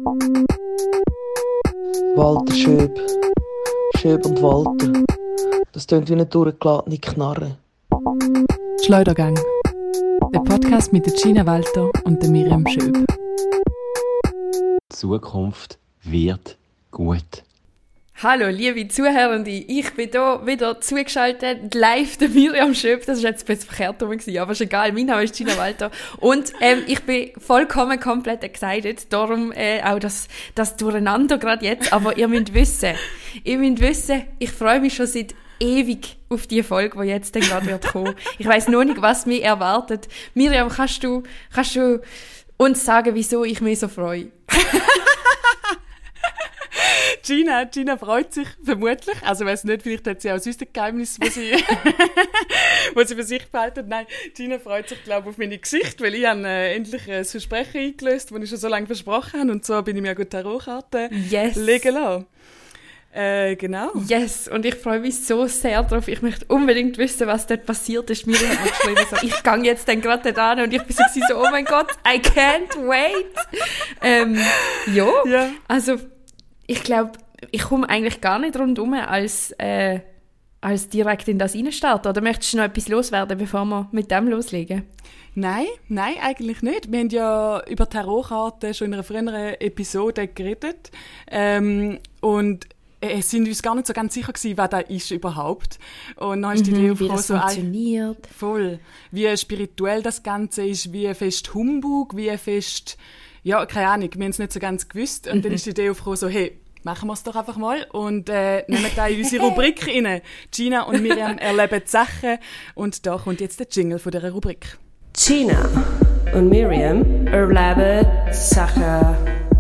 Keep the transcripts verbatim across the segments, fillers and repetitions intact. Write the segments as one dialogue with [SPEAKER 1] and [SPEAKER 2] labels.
[SPEAKER 1] Walter Schöb. Schöb und Walter. Das tönt wie eine durchgeladene Knarre.
[SPEAKER 2] Schleudergang. Der Podcast mit der Gina Walter und der Miriam Schöb.
[SPEAKER 3] Die Zukunft wird gut.
[SPEAKER 4] Hallo, liebe Zuhörende, ich bin hier wieder zugeschaltet, live der Miriam Schöb. Das war jetzt ein bisschen verkehrt rum, aber ist egal, mein Name ist Gina Walter. Und ähm, ich bin vollkommen komplett excited, darum äh, auch das, das Durcheinander gerade jetzt. Aber ihr müsst wissen, ihr müsst wissen, ich freue mich schon seit ewig auf die Folge, die jetzt dann gerade wird kommen. Ich weiss noch nicht, was mich erwartet. Miriam, kannst du, kannst du uns sagen, wieso ich mich so freue?
[SPEAKER 2] Gina, Gina freut sich vermutlich, also weiss nicht, vielleicht hat sie auch sonst ein Geheimnis, das sie, wo sie für sich behalten. Nein, Gina freut sich, glaube ich, auf meine Gesicht, weil ich habe äh, endlich ein Versprechen eingelöst, das ich schon so lange versprochen habe, und so bin ich mir gut Tarotkarten
[SPEAKER 4] yes.
[SPEAKER 2] legen lassen. Äh, genau.
[SPEAKER 4] Yes, und ich freue mich so sehr drauf. Ich möchte unbedingt wissen, was dort passiert ist. Miriam hat mir geschrieben, so, ich gehe jetzt dann gerade da an, und ich bin so, so, oh mein Gott, I can't wait. Ähm, ja,
[SPEAKER 2] ja,
[SPEAKER 4] also ich glaube, ich komme eigentlich gar nicht rundherum, als, äh, als direkt in das reinstarten. Oder möchtest du noch etwas loswerden, bevor wir mit dem loslegen?
[SPEAKER 2] Nein, nein, eigentlich nicht. Wir haben ja über Tarotkarten schon in einer früheren Episode geredet. Ähm, und es sind uns gar nicht so ganz sicher gewesen, was das ist überhaupt. Und dann ist die
[SPEAKER 4] mhm,
[SPEAKER 2] Idee
[SPEAKER 4] wie das
[SPEAKER 2] so
[SPEAKER 4] funktioniert.
[SPEAKER 2] Ein, voll. Wie spirituell das Ganze ist, wie fest Humbug, wie fest, ja, keine Ahnung, wir haben es nicht so ganz gewusst. Und mhm. dann ist die Idee aufgekommen, so, hey, machen wir es doch einfach mal und äh, nehmen da in unsere Rubrik rein. Gina und Miriam erleben die Sachen, und da kommt jetzt der Jingle von dieser Rubrik.
[SPEAKER 5] Gina und Miriam erleben Sachen.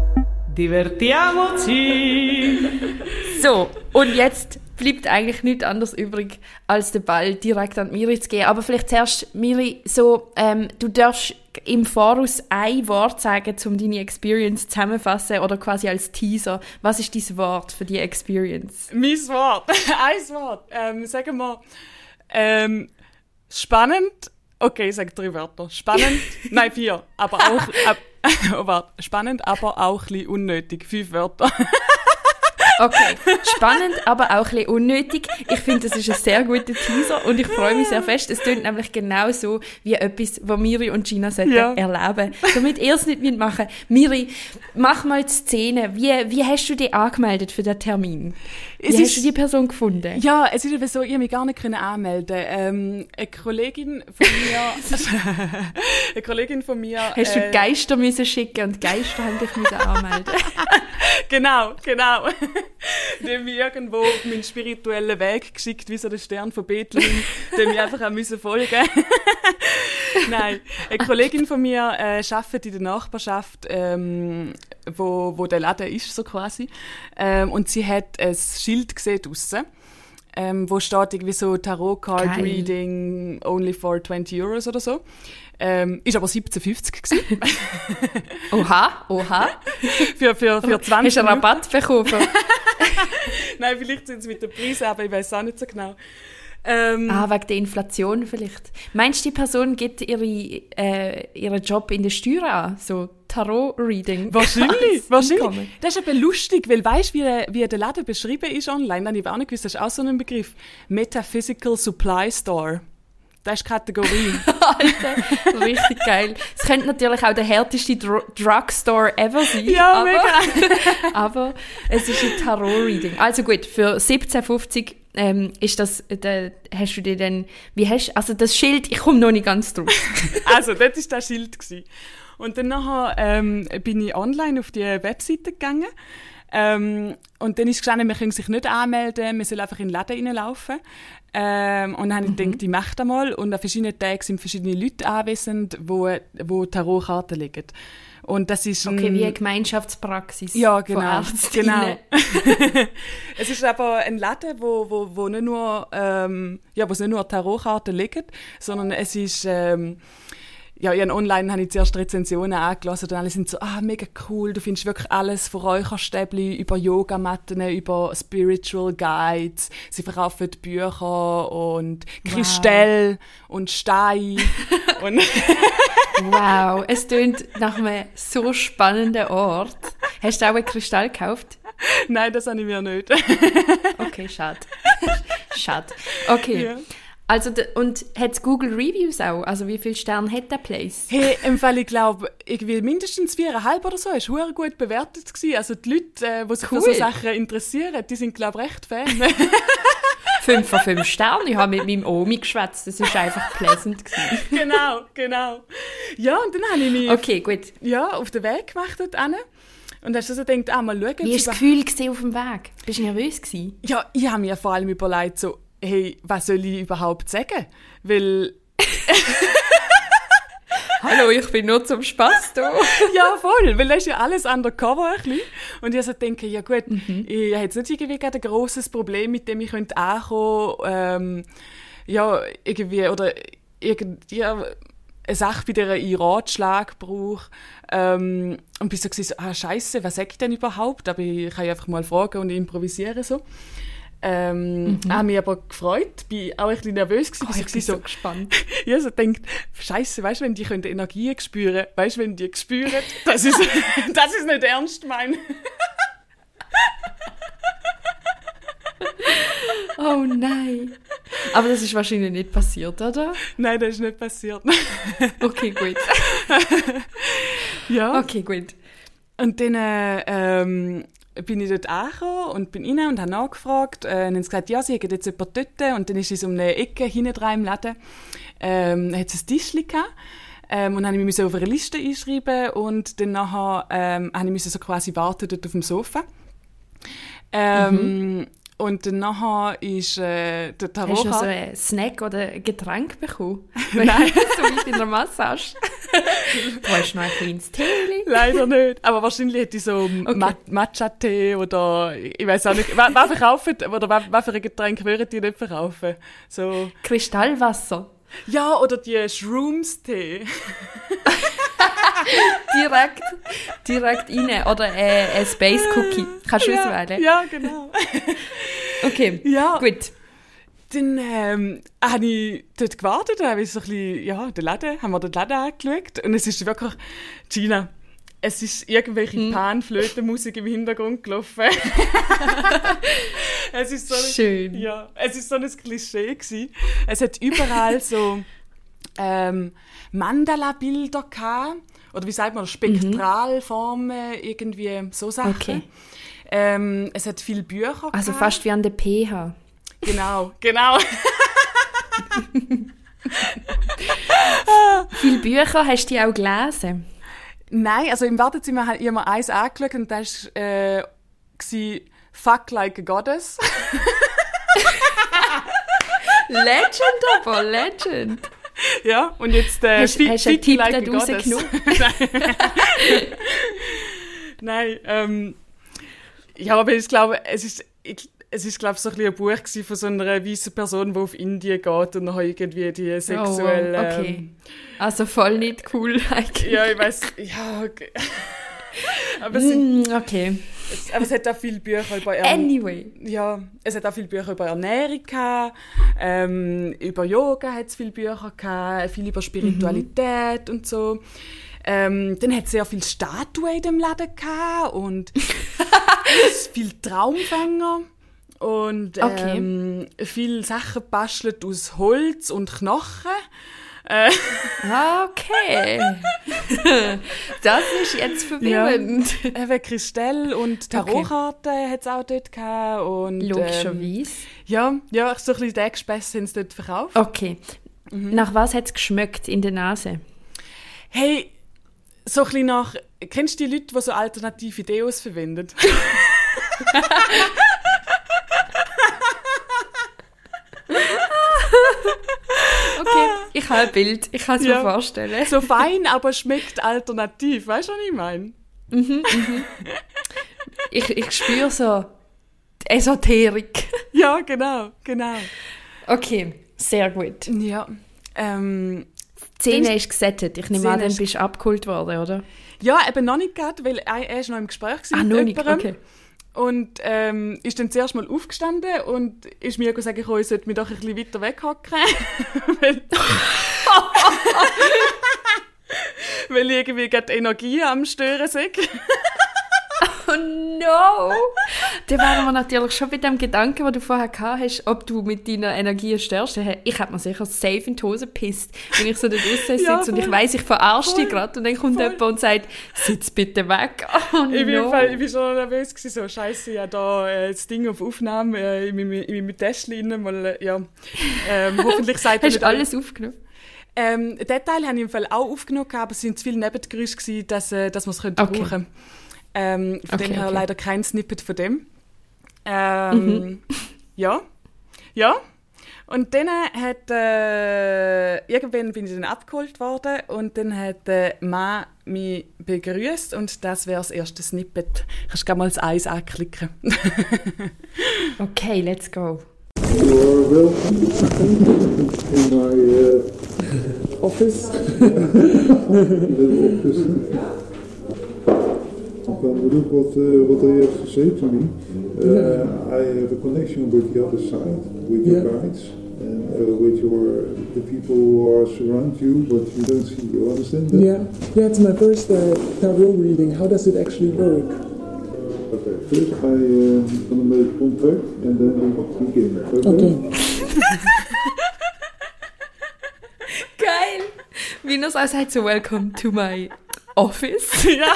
[SPEAKER 5] Divertiamoci!
[SPEAKER 4] So, und jetzt bleibt eigentlich nichts anderes übrig, als den Ball direkt an Miri zu geben. Aber vielleicht zuerst, Miri, so, ähm, du darfst im Voraus ein Wort sagen, um deine Experience zusammenzufassen, oder quasi als Teaser. Was ist dein Wort für die Experience?
[SPEAKER 2] Mein Wort? Ein Wort. Ähm, sagen wir, ähm, spannend. Okay, ich sage drei Wörter. Spannend. Nein, vier. Aber auch, äh, oh, warte. Spannend, aber auch ein bisschen unnötig. Fünf Wörter.
[SPEAKER 4] Okay, spannend, aber auch ein bisschen unnötig. Ich finde, das ist ein sehr guter Teaser, und ich freue mich sehr fest. Es klingt nämlich genau so wie etwas, was Miri und Gina sollten ja. erleben. Damit ihr es nicht mitmachen. Miri, mach mal die Szene. Wie, wie hast du dich angemeldet für den Termin? Wie es hast ist, du die Person gefunden?
[SPEAKER 2] Ja, es ist eben so, ich konnte mich gar nicht anmelden. Ähm, eine Kollegin von mir... eine Kollegin von mir...
[SPEAKER 4] Hast
[SPEAKER 2] äh,
[SPEAKER 4] du Geister müssen schicken, und Geister haben dich müssen anmelden?
[SPEAKER 2] Genau, genau. Die haben mich irgendwo auf meinen spirituellen Weg geschickt, wie so der Stern von Bethlehem, dem ich einfach auch müssen folgen. Nein, eine Kollegin von mir äh, arbeitet in der Nachbarschaft, ähm, wo, wo der Laden ist, so quasi. Ähm, und sie hat ein Schild gesehen draussen, ähm, wo steht irgendwie so Tarot Card Geil. Reading only for twenty Euros oder so. Ähm, ist aber siebzehn fünfzig gewesen.
[SPEAKER 4] Oha, oha.
[SPEAKER 2] für, für, für zwanzig
[SPEAKER 4] Hast du einen Rabatt bekommen?
[SPEAKER 2] Nein, vielleicht sind es mit den Preisen, aber ich weiß auch nicht so genau. Ähm,
[SPEAKER 4] ah, wegen der Inflation vielleicht. Meinst du, die Person gibt ihre, äh, ihren Job in der Steuer an? So Tarot-Reading?
[SPEAKER 2] Wahrscheinlich, wahrscheinlich. Das ist eben lustig, weil weißt du, wie, wie der Laden beschrieben ist online? Dann habe ich auch nicht gewusst, das ist auch so ein Begriff. Metaphysical Supply Store. Das ist die Kategorie.
[SPEAKER 4] Alter, richtig geil. Es könnte natürlich auch der härteste Dr- Drugstore ever sein.
[SPEAKER 2] Ja,
[SPEAKER 4] aber,
[SPEAKER 2] mega.
[SPEAKER 4] aber es ist ein Tarot-Reading. Also gut, für siebzehn fünfzig ähm, ist das, da hast du dir dann, wie hast also das Schild, ich komme noch nicht ganz drauf.
[SPEAKER 2] Also, das war das Schild gewesen. Und dann nachher, ähm, bin ich online auf die Webseite gegangen. Ähm, und dann ist gestanden, wir können sich nicht anmelden, wir sollen einfach in den Laden reinlaufen. Ähm, und dann habe ich mhm. gedacht, ich mache das mal. Und an verschiedenen Tagen sind verschiedene Leute anwesend, wo, wo Tarotkarten liegen. Und das ist ein,
[SPEAKER 4] okay, wie eine Gemeinschaftspraxis.
[SPEAKER 2] Ja, genau. genau. Es ist aber ein Laden, wo, wo, wo nicht nur, ähm, ja, wo es nicht nur Tarotkarten liegen, sondern es ist, ähm, ja, ich habe online habe ich zuerst Rezensionen angelassen und alle sind so, ah, mega cool, du findest wirklich alles von Räucherstäbli über Yogamatten, über Spiritual Guides, sie verkaufen Bücher und Kristalle wow. und Steine. und
[SPEAKER 4] wow, es klingt nach einem so spannenden Ort. Hast du auch einen Kristall gekauft?
[SPEAKER 2] Nein, das habe ich mir nicht.
[SPEAKER 4] Okay, schade. Schade. Okay.
[SPEAKER 2] Ja.
[SPEAKER 4] Also, d- und hat es Google Reviews auch? Also, wie viele Sterne hat der Place?
[SPEAKER 2] Hey, im Fall, ich glaube, irgendwie mindestens viereinhalb oder so, ist hure gut bewertet gewesen. Also die Leute, äh, die sich
[SPEAKER 4] Cool.
[SPEAKER 2] für so Sachen interessieren, die sind, glaube ich, recht Fan.
[SPEAKER 4] Fünf von fünf Sternen. Ich habe mit meinem Omi geschwätzt. Das war einfach pleasant gewesen.
[SPEAKER 2] Genau, genau. Ja, und dann habe ich mich
[SPEAKER 4] Okay, gut.
[SPEAKER 2] ja, auf den Weg gemacht dort hin. Und hast du so gedacht, ah, mal schauen.
[SPEAKER 4] Wie war das Gefühl gewesen auf dem Weg? Bist du nervös gewesen?
[SPEAKER 2] Ja, ich habe mir vor allem überlegt, so, hey, was soll ich überhaupt sagen? Weil,
[SPEAKER 4] Hallo, ich bin nur zum Spass da.
[SPEAKER 2] ja, voll, weil das ist ja alles undercover ein bisschen. Und ich so denke, ja gut, ich habe jetzt nicht irgendwie gerade ein grosses Problem, mit dem ich könnte ankommen, ähm, ja, irgendwie, oder irgend, ja, eine Sache, bei der ich Ratschlag brauche. Ähm, und bin so gewesen, so, ah, Scheiße, was sage ich denn überhaupt? Aber ich kann ja einfach mal fragen und improvisieren so. Ähm, mhm. Habe mich aber gefreut, bin auch ein bisschen nervös gewesen.
[SPEAKER 4] Oh, ich
[SPEAKER 2] so
[SPEAKER 4] bin so
[SPEAKER 2] so
[SPEAKER 4] gespannt.
[SPEAKER 2] Ich habe so gedacht, Scheiße, weißt du, wenn die können Energien spüren, weißt du, wenn die spüren, das ist, das ist nicht ernst mein.
[SPEAKER 4] Oh nein. Aber das ist wahrscheinlich nicht passiert, oder?
[SPEAKER 2] Nein, das ist nicht passiert.
[SPEAKER 4] Okay, gut.
[SPEAKER 2] Ja.
[SPEAKER 4] Okay, gut.
[SPEAKER 2] Und dann äh, ähm, bin ich dort angekommen und bin rein und habe nachgefragt. Äh, und dann haben sie gesagt, ja, sie hätten jetzt jemanden dort. Und dann ist es um eine Ecke hinten dran im Laden. Ähm, hat es ein Tischchen gehabt. Ähm, und dann musste ich mich auf eine Liste einschreiben. Und dann nachher, ähm, musste ich so quasi warten dort auf dem Sofa. Ähm, mhm. Und dann nachher ist äh, der Tarot.
[SPEAKER 4] Hast du noch so einen Snack oder ein Getränk bekommen? Nein. So wie in der Massage. Du hast noch ein kleines Tee.
[SPEAKER 2] Leider nicht. Aber wahrscheinlich hätte ich so
[SPEAKER 4] Okay.
[SPEAKER 2] Ma- Matcha-Tee oder ich weiß auch nicht. Was, was verkaufen, oder was, was für ein Getränk würden die nicht verkaufen? So.
[SPEAKER 4] Kristallwasser.
[SPEAKER 2] Ja, oder die Shrooms-Tee.
[SPEAKER 4] Direkt, direkt rein. Oder äh, ein Space Cookie. Kannst du
[SPEAKER 2] ja,
[SPEAKER 4] auswählen?
[SPEAKER 2] Ja, genau.
[SPEAKER 4] Okay,
[SPEAKER 2] Ja.
[SPEAKER 4] gut.
[SPEAKER 2] Dann ähm, habe ich dort gewartet, dann habe ich so ein bisschen, ja, den Laden, haben wir den Laden angeschaut und es ist wirklich, Gina, es ist irgendwelche
[SPEAKER 4] Hm.
[SPEAKER 2] Panflötenmusik im Hintergrund gelaufen. es ist so ein,
[SPEAKER 4] Schön.
[SPEAKER 2] Ja, es ist so ein Klischee gewesen. Es hat überall so ähm, Mandala-Bilder gehabt, oder wie sagt man, Spektralformen, irgendwie so Sachen.
[SPEAKER 4] Okay.
[SPEAKER 2] Ähm, es hat viele Bücher gehabt.
[SPEAKER 4] Also fast wie an der P H.
[SPEAKER 2] Genau, genau.
[SPEAKER 4] Viele Bücher hast du die auch gelesen?
[SPEAKER 2] Nein, also im Wartezimmer habe ich mir eins angeschaut und das war äh, gsi, «Fuck like a Goddess».
[SPEAKER 4] Legend aber, Legend.
[SPEAKER 2] Ja, und jetzt äh,
[SPEAKER 4] Hast-
[SPEAKER 2] «Fi-
[SPEAKER 4] hast du einen
[SPEAKER 2] Fick
[SPEAKER 4] Tipp
[SPEAKER 2] like a
[SPEAKER 4] da
[SPEAKER 2] Goddess».
[SPEAKER 4] rausgenommen?
[SPEAKER 2] Nein, Nein ähm, ja, aber ich glaube, es ist, ich, es ist glaube so ein, bisschen ein Buch gewesen von so einer weißen Person, die auf Indien geht und dann irgendwie die sexuelle...
[SPEAKER 4] Oh, okay.
[SPEAKER 2] Ähm,
[SPEAKER 4] Also voll nicht cool eigentlich.
[SPEAKER 2] ja, ich weiß, ja, okay. aber, es sind,
[SPEAKER 4] Mm, okay.
[SPEAKER 2] es, aber es hat auch viele Bücher über Ernährung.
[SPEAKER 4] Anyway.
[SPEAKER 2] Ja, es hat auch viele Bücher über Ernährung gehabt, ähm, über Yoga hat es viele Bücher gehabt, viel über Spiritualität und so. Ähm, dann hat es sehr viele Statuen in dem Laden gehabt und viele Traumfänger und
[SPEAKER 4] Okay.
[SPEAKER 2] ähm, viele Sachen gebastelt aus Holz und Knochen. Äh,
[SPEAKER 4] Okay. Das ist jetzt verwirrend.
[SPEAKER 2] eben Kristall und Tarotkarten hat es auch dort gehabt. Und, ähm,
[SPEAKER 4] Logischerweise.
[SPEAKER 2] ja, ja, so ein bisschen Deckspässe haben sie dort verkauft.
[SPEAKER 4] Okay. Nach was hat es geschmeckt in der Nase?
[SPEAKER 2] Hey, so ein bisschen nach... Kennst du die Leute, die so alternative Deos verwenden?
[SPEAKER 4] Okay, ich habe ein Bild. Ich kann es
[SPEAKER 2] Ja.
[SPEAKER 4] mir vorstellen.
[SPEAKER 2] So fein, aber schmeckt alternativ. Weißt du, was ich meine?
[SPEAKER 4] Ich, ich spüre so die Esoterik.
[SPEAKER 2] Ja, genau, genau.
[SPEAKER 4] Okay, sehr gut. Die
[SPEAKER 2] Ja, ähm...
[SPEAKER 4] Szene ist gesettet. Ich nehme an,
[SPEAKER 2] Szene
[SPEAKER 4] dann
[SPEAKER 2] ist-
[SPEAKER 4] bist du abgeholt worden, oder?
[SPEAKER 2] Ja, eben noch nicht gerade, weil er er ist noch im Gespräch gewesen
[SPEAKER 4] Ah,
[SPEAKER 2] mit
[SPEAKER 4] noch nicht,
[SPEAKER 2] jemandem.
[SPEAKER 4] okay.
[SPEAKER 2] Und ähm, ist dann zuerst mal aufgestanden und ist mir gesagt, ich sollte mich doch ein bisschen weiter weghocken. weil, weil ich irgendwie gerade die Energie am Stören sei.
[SPEAKER 4] Oh no! Dann wären wir natürlich schon bei dem Gedanken, den du vorher gehabt hast, ob du mit deiner Energie störst. Ich hätte mir sicher safe in die Hose gepisst, wenn ich so da draussen sitze
[SPEAKER 2] Ja,
[SPEAKER 4] und ich weiss, ich verarsche dich gerade und dann kommt
[SPEAKER 2] Voll.
[SPEAKER 4] jemand und sagt, sitz bitte weg. Oh
[SPEAKER 2] Ich bin,
[SPEAKER 4] no!
[SPEAKER 2] Fall, ich bin schon nervös gewesen, so scheiße, ja da äh, das Ding auf Aufnahme äh, in meinem, in meinem Täschchen rein, weil, äh, ja, ähm, hoffentlich sagt er
[SPEAKER 4] Hast
[SPEAKER 2] nicht
[SPEAKER 4] du alles aufgenommen?
[SPEAKER 2] Ähm, den Teil habe ich im Fall auch aufgenommen, aber es sind zu viele Nebengeräusche gewesen, dass, äh, dass man es könnte
[SPEAKER 4] Okay.
[SPEAKER 2] brauchen. Ähm, von
[SPEAKER 4] Okay,
[SPEAKER 2] dem her
[SPEAKER 4] okay.
[SPEAKER 2] leider kein Snippet von dem. Ähm,
[SPEAKER 4] Mhm.
[SPEAKER 2] Ja, ja. Und dann hat, äh, irgendwann bin ich dann abgeholt worden und dann hat der Mann mich begrüßt und das wäre das erste Snippet. Kannst du gerne mal das Eis anklicken.
[SPEAKER 4] Okay, let's go.
[SPEAKER 6] You are welcome in my uh,
[SPEAKER 1] Office.
[SPEAKER 6] little office. Ik kan bedoel wat, uh, wat hij heeft gezegd to me. Uh,
[SPEAKER 1] Yeah.
[SPEAKER 6] I have a connection with the other side, with your
[SPEAKER 1] Yeah.
[SPEAKER 6] guides, and uh, with your the people who are surround you, but you don't see. You understand that?
[SPEAKER 1] Yeah, yeah, it's my first uh, tarot reading. How does it actually work?
[SPEAKER 6] Okay. First, I uh, gonna make contact, and then we begin. Okay.
[SPEAKER 1] Okay.
[SPEAKER 4] Geil! Wie er es auch sagt, so welcome to my office.
[SPEAKER 2] Ja.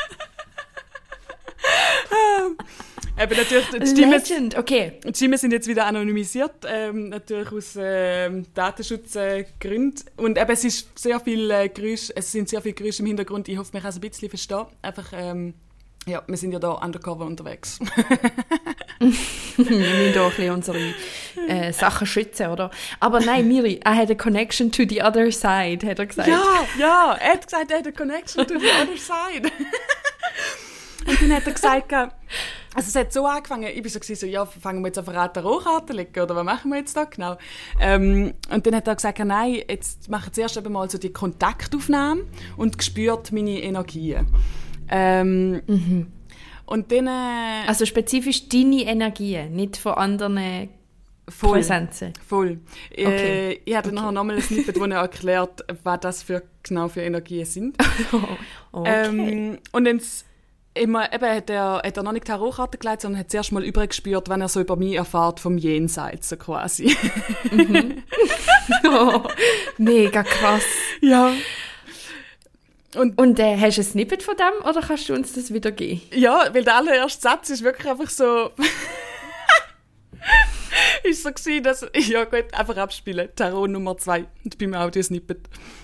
[SPEAKER 2] Eben natürlich, die Stimmen,
[SPEAKER 4] Legend, okay.
[SPEAKER 2] die Stimmen sind jetzt wieder anonymisiert, ähm, natürlich aus ähm, Datenschutzgründen. Und eben, es ist sehr viel äh, Geräusch, es sind sehr viele Geräusche im Hintergrund. Ich hoffe, man kann es ein bisschen verstehen. Einfach, ähm, ja, wir sind ja da undercover unterwegs.
[SPEAKER 4] Wir müssen hier ein bisschen unsere äh, Sachen schützen, oder? Aber nein, Miri, I had a connection to the other side, hat er gesagt.
[SPEAKER 2] Ja, ja, er hat gesagt, er hat eine Connection to the other side. Und dann hat er gesagt, äh, also es hat so angefangen, ich war so, gewesen, so ja, fangen wir jetzt an eine Tarotkarte zu legen, oder was machen wir jetzt da genau? Ähm, und dann hat er gesagt, nein, jetzt mache ich zuerst eben mal so die Kontaktaufnahme und spürt meine Energien. Ähm,
[SPEAKER 4] Mhm.
[SPEAKER 2] Und dann... Äh,
[SPEAKER 4] Also spezifisch deine Energie, nicht von anderen
[SPEAKER 2] voll,
[SPEAKER 4] Präsenzen.
[SPEAKER 2] voll.
[SPEAKER 4] Okay.
[SPEAKER 2] Äh, ich hatte
[SPEAKER 4] Okay.
[SPEAKER 2] nachher nochmal ein Snippet, wo er erklärt, was das für, genau für Energien sind.
[SPEAKER 4] Okay.
[SPEAKER 2] Ähm, und dann s- immer, eben hat er, hat er noch nicht Tarotkarten gelegt, sondern hat zuerst mal übergespürt, wenn er so über mich erfährt vom Jenseits, so quasi.
[SPEAKER 4] Oh, mega krass.
[SPEAKER 2] Ja. Und
[SPEAKER 4] Und äh, hast du ein Snippet von dem oder kannst du uns das wieder geben?
[SPEAKER 2] ja, weil der allererste Satz ist wirklich einfach so... ist so gewesen, dass... Ja gut, einfach abspielen. Tarot Nummer zwei. Und beim Audio-Snippet.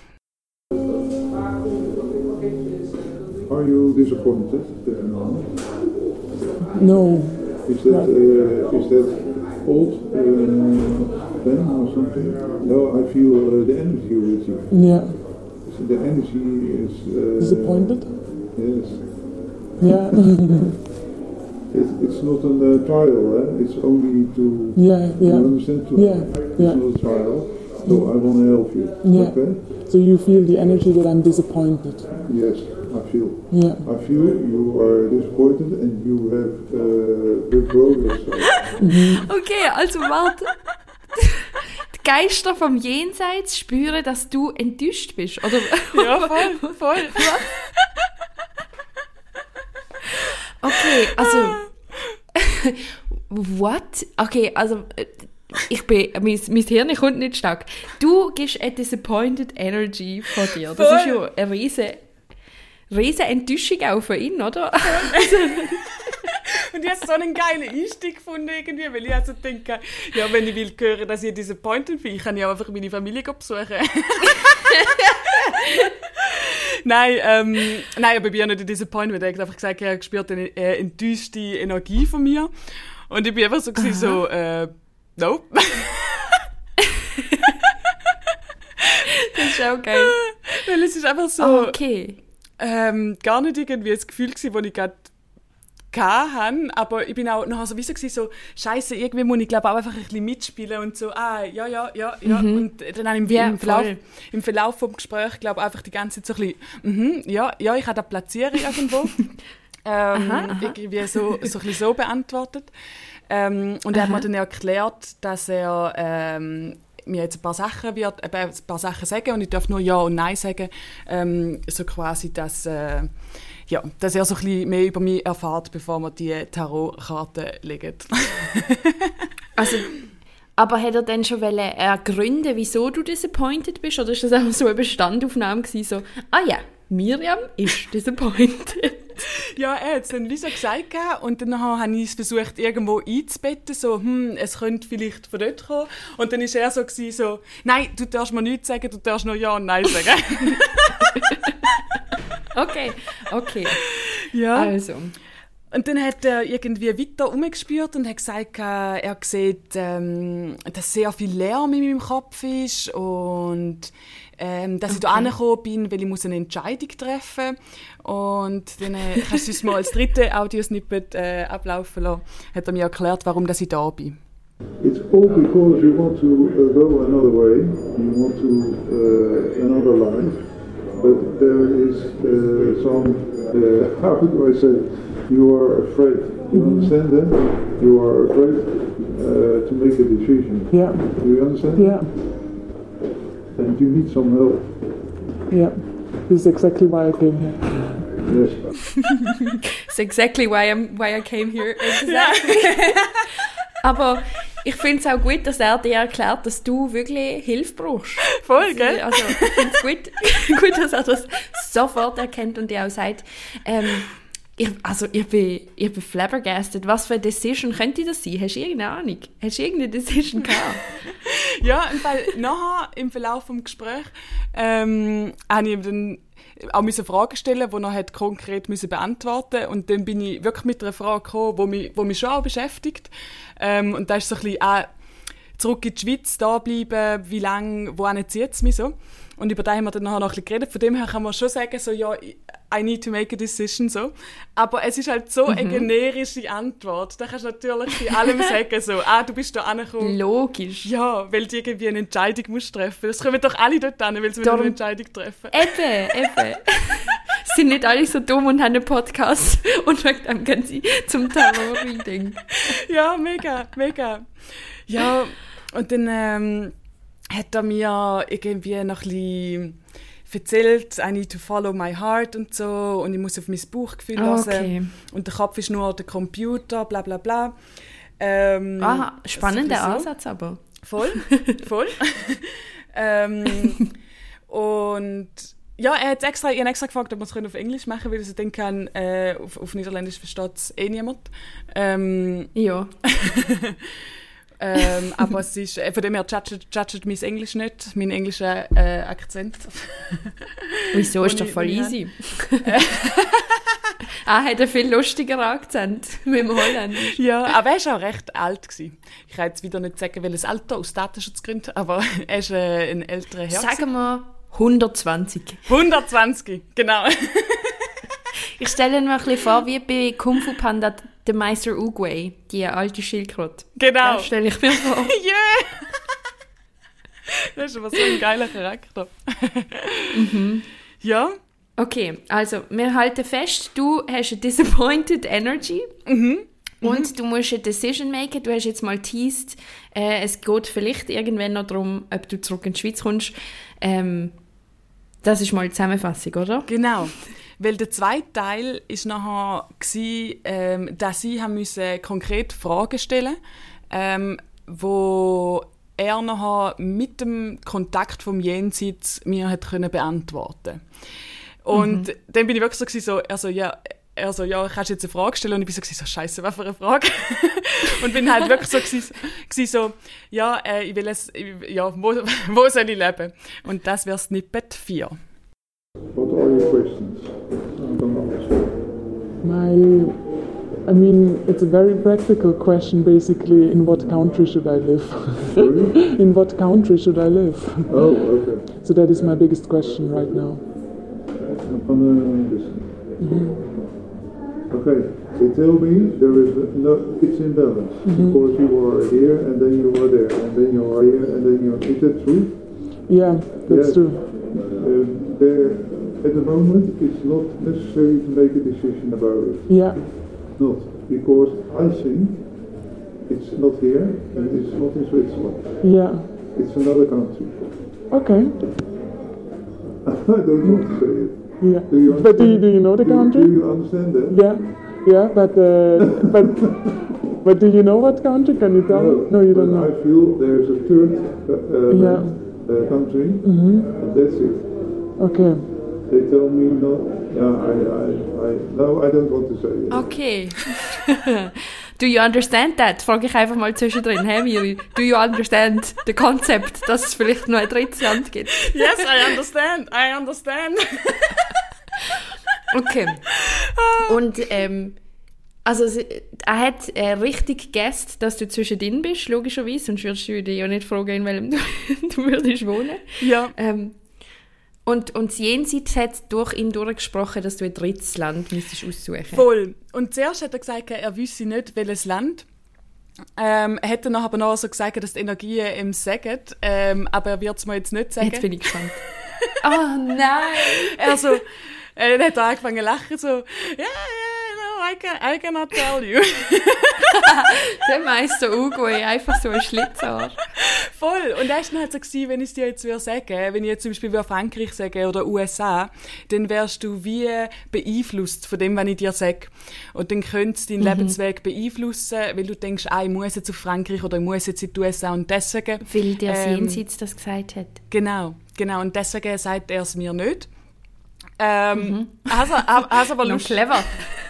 [SPEAKER 6] Are you disappointed? Uh,
[SPEAKER 1] No.
[SPEAKER 6] Is that uh, is that old uh, then or something? No, I feel uh, the energy with you.
[SPEAKER 1] Yeah.
[SPEAKER 6] So the energy is uh,
[SPEAKER 1] Disappointed?
[SPEAKER 6] Yes,
[SPEAKER 1] Yeah.
[SPEAKER 6] it, it's not a uh, trial. Eh? It's only to
[SPEAKER 1] yeah,
[SPEAKER 6] you
[SPEAKER 1] yeah.
[SPEAKER 6] understand. To,
[SPEAKER 1] Yeah,
[SPEAKER 6] It's
[SPEAKER 1] yeah.
[SPEAKER 6] not a trial. So I want to help you.
[SPEAKER 1] Yeah.
[SPEAKER 6] Okay.
[SPEAKER 1] So you feel the energy that I'm disappointed.
[SPEAKER 6] Yes, I feel.
[SPEAKER 1] Yeah.
[SPEAKER 6] I feel you are disappointed and you have uh, withdrawn yourself.
[SPEAKER 4] Okay, also warte. Die Geister vom Jenseits spüren, dass du enttäuscht bist, oder?
[SPEAKER 2] Ja, voll, voll.
[SPEAKER 4] Okay, also... What? Okay, also... äh, Ich bin... Mein, mein Hirn kommt nicht stark. Du gibst eine disappointed energy von dir. Das
[SPEAKER 2] Voll.
[SPEAKER 4] ist ja eine riesen... riesen Enttäuschung auch von ihm, oder?
[SPEAKER 2] Und ich habe so einen geilen Einstieg gefunden, irgendwie, weil ich also denke, ja, wenn ich will hören, dass ich disappointed bin, kann ich auch einfach meine Familie besuchen. Nein, ähm, nein, aber ich bin ja nicht disappointed, weil er hat einfach gesagt, er spürt eine äh, enttäuschte Energie von mir. Und ich bin einfach so, gewesen, so äh, no.
[SPEAKER 4] Das ist auch geil.
[SPEAKER 2] Weil es ist einfach so...
[SPEAKER 4] Okay.
[SPEAKER 2] ähm, gar nicht irgendwie das Gefühl gewesen, das ich gerade hatte, aber ich bin auch nachher so, wie so, gewesen, so Scheiße, irgendwie muss ich glaube auch einfach ein bisschen mitspielen und so, ah, ja, ja, ja, ja. Und dann habe ich im,
[SPEAKER 4] Ja,
[SPEAKER 2] im, Verlauf,
[SPEAKER 4] voll.
[SPEAKER 2] im Verlauf vom Gespräch, glaube einfach die ganze Zeit so ein bisschen, mhm, ja, ja, ich kann das platzieren irgendwo. ähm, irgendwie so, so ein bisschen so beantwortet. Ähm, und er hat mir dann erklärt, dass er ähm, mir jetzt ein paar Sachen wird, äh, ein paar Sachen sagen und ich darf nur Ja und Nein sagen, ähm, so quasi, dass, äh, ja, dass er so ein bisschen mehr über mich erfährt, bevor wir die Tarotkarten legen.
[SPEAKER 4] Also, aber hat er dann schon ergründen, wieso du disappointed bist? Oder ist das einfach so eine Bestandaufnahme gewesen, so, ah ja, Miriam ist disappointed?
[SPEAKER 2] Ja, er hat es dann wie so gesagt und dann habe ich es versucht, irgendwo einzubetten, so, hm, es könnte vielleicht von dort kommen. Und dann war er so, gewesen, so, nein, du darfst mir nichts sagen, du darfst nur Ja und Nein sagen.
[SPEAKER 4] Okay, okay.
[SPEAKER 2] Ja.
[SPEAKER 4] Also.
[SPEAKER 2] Und dann hat er irgendwie weiter rumgespürt und hat gesagt, er sieht, ähm, dass sehr viel Lärm in meinem Kopf ist und ähm, dass okay. ich da angekommen bin, weil ich muss eine Entscheidung treffen muss. Und dann äh, kannst du es mal als dritte Audiosnippet äh, ablaufen lassen. Hat er mir erklärt, warum dass ich da bin.
[SPEAKER 6] It's all because you want to uh, go another way, you want to uh, another life, but there is uh, some, uh, how do I say, you are afraid. You understand that? You are afraid uh, to make a decision.
[SPEAKER 7] Yeah.
[SPEAKER 6] Do you understand?
[SPEAKER 7] Yeah.
[SPEAKER 6] And you need some help.
[SPEAKER 7] Yeah. This is exactly why I came here.
[SPEAKER 6] Yes.
[SPEAKER 4] That's exactly why, I'm, why I came here. Exactly. Aber ich finde es auch gut, dass er dir erklärt, dass du wirklich Hilfe brauchst.
[SPEAKER 2] Voll, gell?
[SPEAKER 4] Also ich finde es gut, gut, dass er das sofort erkennt und dir auch sagt, ähm, ich, also ich bin, ich bin flabbergasted. Was für eine Decision könnte das sein? Hast du irgendeine Ahnung? Hast du irgendeine Decision gehabt?
[SPEAKER 2] Ja, im Fall, nachher, im Verlauf des Gesprächs, ähm, habe ich ihm dann auch müssen Fragen stellen, die er hat konkret müssen beantworten. Und dann bin ich wirklich mit einer Frage gekommen, die mich, die mich schon auch beschäftigt. Ähm, und da ist so ein bisschen auch zurück in die Schweiz, da bleiben, wie lange, wohin zieht es mich so. Und über das haben wir dann nachher noch ein bisschen geredet. Von dem her kann man schon sagen, so, ja, I need to make a decision, so. Aber es ist halt so mhm. eine generische Antwort. Da kannst du natürlich bei allem sagen, so, ah, du bist da angekommen.
[SPEAKER 4] Logisch.
[SPEAKER 2] Ja, weil du irgendwie eine Entscheidung musst treffen. Das kommen doch alle dort hin, weil sie
[SPEAKER 4] Darum,
[SPEAKER 2] eine Entscheidung treffen.
[SPEAKER 4] Eben, eben. Sind nicht alle so dumm und haben einen Podcast und dann gehen sie zum Tarot-Reading.
[SPEAKER 2] Ja, mega, mega. Ja, und dann ähm, hat er mir irgendwie noch ein bisschen erzählt, I need to follow my heart und so und ich muss auf mein Bauchgefühl hören. Okay. Und der Kopf ist nur der Computer, bla bla bla. Ähm,
[SPEAKER 4] ah, spannender
[SPEAKER 2] so.
[SPEAKER 4] Ansatz aber.
[SPEAKER 2] Voll, voll. ähm, und ja, er hat extra, ich habe extra gefragt, ob wir es auf Englisch machen können, weil ich denke, kann, äh, auf, auf Niederländisch versteht es eh niemand. Ähm,
[SPEAKER 4] ja.
[SPEAKER 2] ähm, aber es ist, von dem her judget, judget mein Englisch nicht, mein englischer äh, Akzent.
[SPEAKER 4] Wieso? Ist doch voll easy. Ah, hat einen viel lustigeren Akzent mit dem Holländisch.
[SPEAKER 2] Ja, aber er war auch recht alt gewesen. Ich kann jetzt wieder nicht sagen, welches Alter, aus Datenschutzgründen, aber er ist äh, ein älterer Herr.
[SPEAKER 4] Sagen wir hundertzwanzig.
[SPEAKER 2] hundertzwanzig, genau.
[SPEAKER 4] Ich stelle mir ein bisschen vor, wie bei Kung Fu Panda der Meister Oogway, die alte Schildkröte.
[SPEAKER 2] Genau.
[SPEAKER 4] Das stelle ich mir vor.
[SPEAKER 2] Yeah! Das ist aber so ein geiler Charakter.
[SPEAKER 4] Mhm.
[SPEAKER 2] Ja.
[SPEAKER 4] Okay, also wir halten fest, du hast eine disappointed energy.
[SPEAKER 2] Mhm.
[SPEAKER 4] Und
[SPEAKER 2] mhm.
[SPEAKER 4] du musst eine Decision machen. Du hast jetzt mal teased, äh, es geht vielleicht irgendwann noch darum, ob du zurück in die Schweiz kommst. Ähm, das ist mal die Zusammenfassung, oder?
[SPEAKER 2] Genau. Weil der zweite Teil war nachher, ähm, dass sie haben müssen konkret Fragen stellen ähm, wo er nachher mit dem Kontakt vom Jenseits mir hat können beantworten. Und mhm. dann bin ich wirklich so, also ja, also ja, kannst du jetzt eine Frage stellen? Und ich bin so, so Scheiße, was für eine Frage? Und bin halt wirklich so, gewesen, so ja, äh, ich will es, ja, wo, wo soll ich leben? Und das wäre Snippet vier.
[SPEAKER 6] What are your questions?
[SPEAKER 7] My, I mean, it's a very practical question, basically. In what country should I live? In what country should I live?
[SPEAKER 6] Oh, okay.
[SPEAKER 7] So that is my biggest question right now.
[SPEAKER 6] Mm-hmm. Okay, they tell me there is no, it's imbalance. Mm-hmm. Of course, you are here and then you are there, and then you are here and then you are. Is that true?
[SPEAKER 7] Yeah, that's yes. true.
[SPEAKER 6] Uh, there, at the moment, it's not necessary to make a decision about it.
[SPEAKER 7] Yeah.
[SPEAKER 6] Not because I think it's not here and it's not in Switzerland.
[SPEAKER 7] Yeah.
[SPEAKER 6] It's another country.
[SPEAKER 7] Okay.
[SPEAKER 6] I don't want to say it.
[SPEAKER 7] Yeah.
[SPEAKER 6] Do you
[SPEAKER 7] But do you,
[SPEAKER 6] understand?
[SPEAKER 7] do you know the
[SPEAKER 6] Do,
[SPEAKER 7] country?
[SPEAKER 6] do you understand that?
[SPEAKER 7] Yeah. Yeah, but uh, but but do you know what country? Can you tell?
[SPEAKER 6] No,
[SPEAKER 7] No, you
[SPEAKER 6] but
[SPEAKER 7] don't know.
[SPEAKER 6] I feel there's a third uh, uh,
[SPEAKER 7] Yeah.
[SPEAKER 6] land, uh, country,
[SPEAKER 7] Mhm.
[SPEAKER 6] and that's it.
[SPEAKER 7] Okay.
[SPEAKER 6] They tell me no. Yeah, I, I, I, no, I don't want to say it.
[SPEAKER 4] Okay. Do you understand that? Frage ich einfach mal zwischendrin. Hey Miri, do you understand the concept, dass es vielleicht noch ein drittes Land gibt?
[SPEAKER 2] Yes, I understand, I understand.
[SPEAKER 4] Okay. Und ähm, also sie- er hat äh, richtig gegessen, dass du zwischendrin bist, logischerweise, sonst würdest du dich ja nicht fragen, in welchem du, du würdest wohnen.
[SPEAKER 2] Ja.
[SPEAKER 4] Ähm, und, und das Jenseits hat durch ihn durchgesprochen, dass du ein drittes Land müsstest aussuchen.
[SPEAKER 2] Voll. Und zuerst hat er gesagt, er wüsste nicht, welches Land. Ähm, er hat dann aber noch so gesagt, dass die Energien ihm sagen, ähm, aber er wird es mir jetzt nicht sagen.
[SPEAKER 4] Jetzt bin ich gespannt. Oh nein!
[SPEAKER 2] Also, äh, dann hat er angefangen zu lachen, so, ja, ja, no, I, can, I cannot tell you.
[SPEAKER 4] Der Meister Ugo, ey, einfach so ein Schlitzohr.
[SPEAKER 2] Voll. Und das war halt so gewesen, wenn ich es dir jetzt würde sagen, wenn ich jetzt zum Beispiel Frankreich sage oder U S A, dann wärst du wie beeinflusst von dem, was ich dir sage. Und dann könntest du deinen
[SPEAKER 4] Mhm.
[SPEAKER 2] Lebensweg beeinflussen, weil du denkst, ah, ich muss jetzt auf Frankreich oder ich muss jetzt in die U S A und das sagen.
[SPEAKER 4] Weil der
[SPEAKER 2] Ähm,
[SPEAKER 4] Jenseits das gesagt hat.
[SPEAKER 2] Genau, genau. Und deswegen sagt er es mir nicht. Ähm, also, also aber
[SPEAKER 4] Noch
[SPEAKER 2] lustig.
[SPEAKER 4] clever.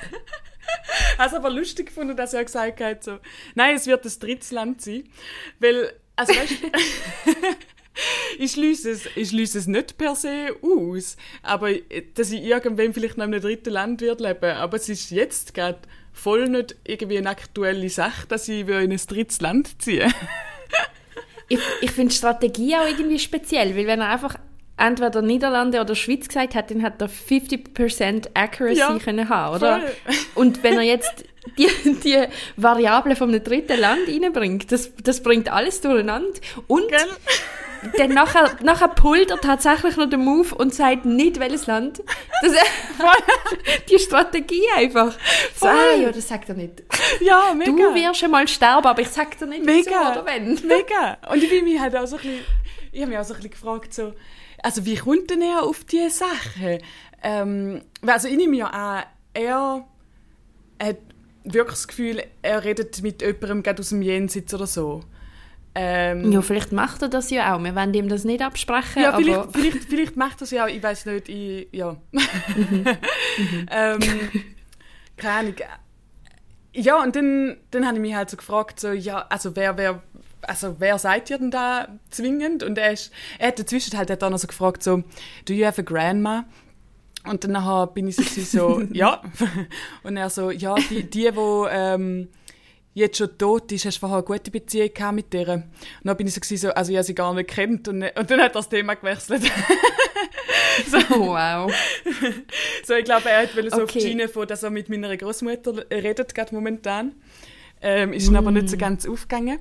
[SPEAKER 2] Also aber lustig gefunden, dass er gesagt hat, so, nein, es wird das drittes Land sein. Weil, also weißt du, ich schließe es, ich schließe es nicht per se aus, aber dass ich irgendwann vielleicht noch in einem dritten Land wird leben. Aber es ist jetzt gerade voll nicht irgendwie eine aktuelle Sache, dass ich in ein drittes Land ziehe.
[SPEAKER 4] Ich, ich finde die Strategie auch irgendwie speziell, weil wenn er einfach entweder Niederlande oder Schweiz gesagt hat, dann hat er fünfzig Prozent Accuracy
[SPEAKER 2] Ja,
[SPEAKER 4] können haben, oder?
[SPEAKER 2] voll.
[SPEAKER 4] Und wenn er jetzt die, die Variable von einem dritten Land reinbringt, das, das bringt alles durcheinander. Und
[SPEAKER 2] Gell?
[SPEAKER 4] dann nachher, nachher pullt er tatsächlich noch den Move und sagt nicht, welches Land. Das, die Strategie einfach. So,
[SPEAKER 2] Voll.
[SPEAKER 4] ah, ja, das sagt er nicht.
[SPEAKER 2] Ja, mega.
[SPEAKER 4] Du wirst einmal sterben, aber ich sag dir nicht, wieso
[SPEAKER 2] Mega.
[SPEAKER 4] oder wenn.
[SPEAKER 2] Mega. Und ich bin mich halt auch so ein bisschen, ich habe mich auch so ein bisschen gefragt, so, also wie kommt denn er auf diese Sachen? Ähm, weil also ich nehme ja an, er hat wirklich das Gefühl, er redet mit jemandem gerade aus dem Jenseits oder so. Ähm,
[SPEAKER 4] Ja, vielleicht macht er das ja auch. Wir wollen ihm das nicht absprechen,
[SPEAKER 2] ja,
[SPEAKER 4] aber...
[SPEAKER 2] vielleicht, vielleicht, vielleicht macht er es ja auch, ich weiß nicht, ich, ja. ähm, keine Ahnung. Ja, und dann, dann habe ich mich halt so gefragt, so, ja, also wer, wer, also wer seid ihr denn da zwingend? Und er, ist, er hat dazwischen halt hat dann noch so gefragt, so, do you have a grandma? Und dann nachher bin ich so, so ja. Und er so, ja, die, die, die ähm, jetzt schon tot ist, hast du vorher eine gute Beziehung gehabt mit der? Und dann bin ich so, so also ich habe sie gar nicht kennt. Und, und dann hat er das Thema gewechselt. so,
[SPEAKER 4] Oh, wow.
[SPEAKER 2] so, ich glaube, er wollte so auf die
[SPEAKER 4] Okay.
[SPEAKER 2] Schiene von, dass er mit meiner Großmutter redet, gerade momentan. Ähm, ist mm. aber nicht so ganz aufgegangen.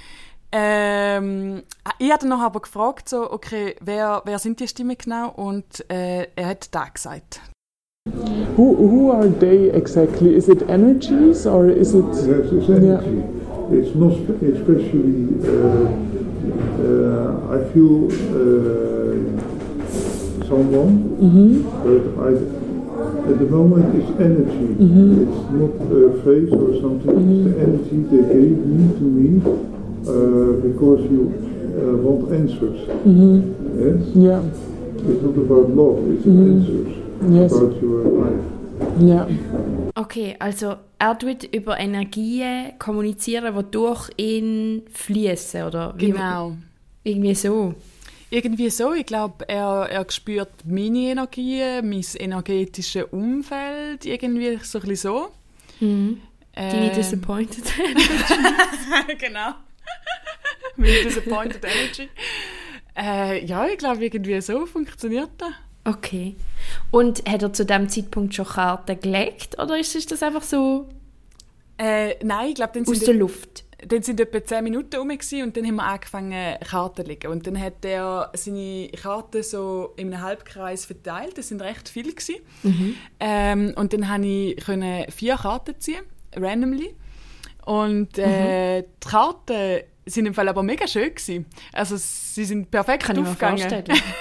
[SPEAKER 2] Ähm, ich habe dann noch aber gefragt, so, okay, wer, wer sind die Stimmen genau? Und äh, er hat da gesagt.
[SPEAKER 7] Who who are they exactly? Is it energies or is it?
[SPEAKER 6] Yes, it's energy. It's not spe- especially. Uh, uh, I feel uh, someone, but I, at the moment it's energy. It's not a face or something. It's the energy they gave me to me uh, because you uh, want answers. Yes.
[SPEAKER 7] Yeah.
[SPEAKER 6] It's not about love. It's answers
[SPEAKER 7] Yes.
[SPEAKER 6] about your life.
[SPEAKER 7] Yeah.
[SPEAKER 4] Okay, also er tut über Energien kommunizieren, die durch ihn fließen, oder? Wie-
[SPEAKER 2] Genau.
[SPEAKER 4] Irgendwie so.
[SPEAKER 2] Irgendwie so. Ich glaube, er, er spürt meine Energien, mein energetisches Umfeld, irgendwie so ein bisschen so.
[SPEAKER 4] Mhm. Deine
[SPEAKER 2] Ähm,
[SPEAKER 4] Disappointed.
[SPEAKER 2] genau. Meine Disappointed Energy. Äh, ja, ich glaube, irgendwie so funktioniert das.
[SPEAKER 4] Okay. Und hat er zu diesem Zeitpunkt schon Karten gelegt, oder ist ist das einfach so
[SPEAKER 2] Äh, nein, ich glaube, dann
[SPEAKER 4] aus
[SPEAKER 2] sind
[SPEAKER 4] der Luft?
[SPEAKER 2] Dann sind etwa zehn Minuten rum gewesen und dann haben wir angefangen, Karten zu legen. Und dann hat er seine Karten so in einem Halbkreis verteilt. Das sind recht viele gewesen. Ähm, und dann konnte ich können vier Karten ziehen, randomly. Und äh, die Karten sind im Fall aber mega schön gewesen. Also sie sind perfekt
[SPEAKER 4] Kann
[SPEAKER 2] aufgegangen.
[SPEAKER 4] Ich mir vorstellen.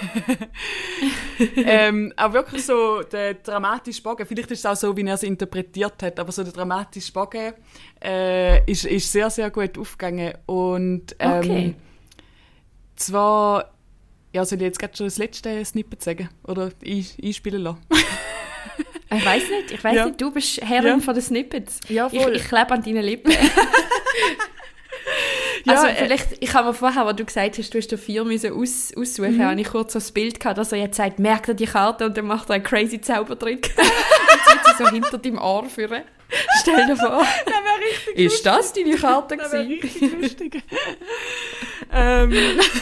[SPEAKER 2] ähm, auch wirklich so der dramatische Bogen, vielleicht ist es auch so, wie er es interpretiert hat, aber so der dramatische Bogen äh, ist, ist sehr, sehr gut aufgegangen. Und ähm,
[SPEAKER 4] okay.
[SPEAKER 2] zwar, ja, soll ich jetzt gerade schon das letzte Snippet sagen? Oder ein, einspielen lassen?
[SPEAKER 4] Ich weiss nicht, ich weiss
[SPEAKER 2] ja.
[SPEAKER 4] nicht, du bist Herrin
[SPEAKER 2] ja.
[SPEAKER 4] von den Snippets.
[SPEAKER 2] Ja, voll.
[SPEAKER 4] Ich, ich klebe an deinen Lippen.
[SPEAKER 2] Ja,
[SPEAKER 4] also
[SPEAKER 2] äh,
[SPEAKER 4] vielleicht, ich habe mir vorher, als du gesagt hast, du hast vier müssen aus, aussuchen, mhm. habe ich kurz so das Bild gehabt, dass er jetzt sagt, merkt er die Karte und dann macht er einen crazy Zaubertrick. Und zieht sie so hinter deinem Ohr führen. Stell dir vor.
[SPEAKER 2] Das wäre richtig
[SPEAKER 4] Ist
[SPEAKER 2] lustig.
[SPEAKER 4] das deine Karte
[SPEAKER 2] Das wäre
[SPEAKER 4] gewesen?
[SPEAKER 2] richtig lustig. ähm.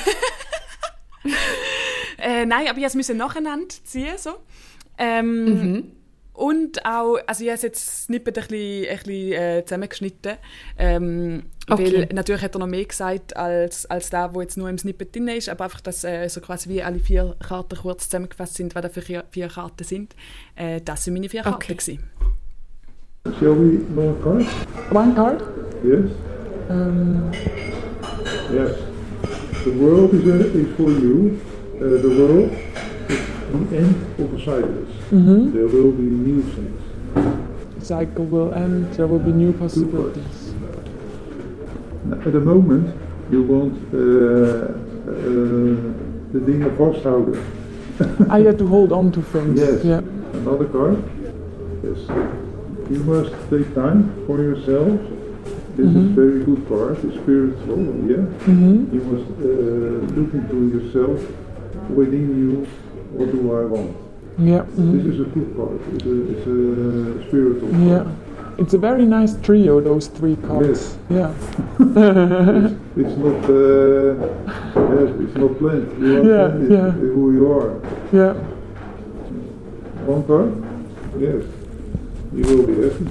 [SPEAKER 2] äh, nein, aber ich musste es nacheinander ziehen. So. Ähm,
[SPEAKER 4] Mhm.
[SPEAKER 2] Und auch, also ich habe es jetzt Snippet ein bisschen, ein bisschen äh, zusammengeschnitten, ähm,
[SPEAKER 4] Okay.
[SPEAKER 2] weil natürlich hat er noch mehr gesagt als, als der, der jetzt nur im Snippet drin ist, aber einfach, dass äh, so quasi wie alle vier Karten kurz zusammengefasst sind, was da für vier, vier Karten sind. Äh, das sind meine vier Karten
[SPEAKER 4] Okay.
[SPEAKER 2] gewesen.
[SPEAKER 6] Shall we know a card?
[SPEAKER 7] One card?
[SPEAKER 6] Yes?
[SPEAKER 7] Um,
[SPEAKER 6] Yes. The world is, uh, is for you. Uh, the world is the end of a cycle.
[SPEAKER 7] mhm.
[SPEAKER 6] There will be new things.
[SPEAKER 7] The cycle will end, there will be new possibilities.
[SPEAKER 6] At the moment, you want uh, uh, de dingen vasthouden.
[SPEAKER 7] I had to hold on to things.
[SPEAKER 6] Yes.
[SPEAKER 7] Yeah.
[SPEAKER 6] Another card. Yes. You must take time for yourself. This is
[SPEAKER 7] Mhm.
[SPEAKER 6] very good card. It's spiritual. Yeah.
[SPEAKER 7] Mhm.
[SPEAKER 6] You must uh, look into yourself. Within you, what do I want?
[SPEAKER 7] Yeah.
[SPEAKER 6] This
[SPEAKER 7] Mhm.
[SPEAKER 6] is a good card. It's a, it's a spiritual card.
[SPEAKER 7] Yeah. It's a very nice trio, those three cards.
[SPEAKER 6] Yes.
[SPEAKER 7] Yeah.
[SPEAKER 6] It's, it's not. Uh, yes, it's not planned. You
[SPEAKER 7] Yeah,
[SPEAKER 6] are it's
[SPEAKER 7] yeah.
[SPEAKER 6] who you are.
[SPEAKER 7] Yeah.
[SPEAKER 6] One card. Yes. You will be happy.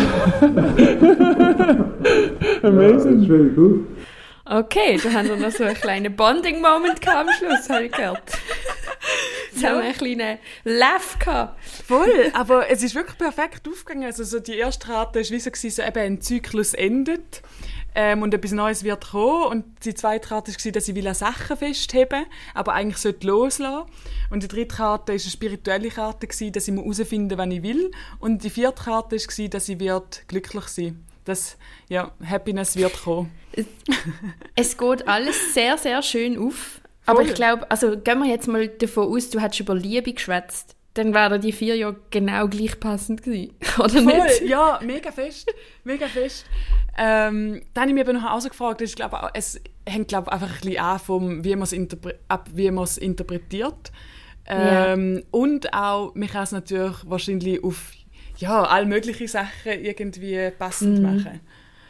[SPEAKER 7] Amazing.
[SPEAKER 6] Yeah, it's very good.
[SPEAKER 4] Okay, da haben wir noch so einen kleinen Bonding-Moment gehabt am Schluss, habe ich gehört. Jetzt haben wir einen kleinen Laugh gehabt.
[SPEAKER 2] Voll, aber es ist wirklich perfekt aufgegangen. Also so die erste Karte war wie so, gewesen, so eben ein Zyklus endet ähm, und etwas Neues wird kommen. Und die zweite Karte war, dass ich will an Sachen festheben, aber eigentlich sollte loslassen. Und die dritte Karte war eine spirituelle Karte, gewesen, dass ich herausfinden muss, was ich will. Und die vierte Karte war, dass ich wird glücklich sein werde. Dass ja, Happiness wird kommen.
[SPEAKER 4] Es geht alles sehr, sehr schön auf. Aber
[SPEAKER 2] Voll.
[SPEAKER 4] ich glaube, also gehen wir jetzt mal davon aus, du hättest über Liebe geschwätzt. Dann wären die vier ja genau gleich passend gewesen. Oder
[SPEAKER 2] Voll,
[SPEAKER 4] nicht?
[SPEAKER 2] ja, mega fest, mega fest. Ähm, dann habe ich mich aber noch auch gefragt, ich glaube, auch- es hängt glaube einfach ein bisschen an, vom, wie man es interpre- ab, wie man es interpretiert. Ähm, Und auch, mich kann es natürlich wahrscheinlich auf ja, all mögliche Sachen irgendwie passend machen.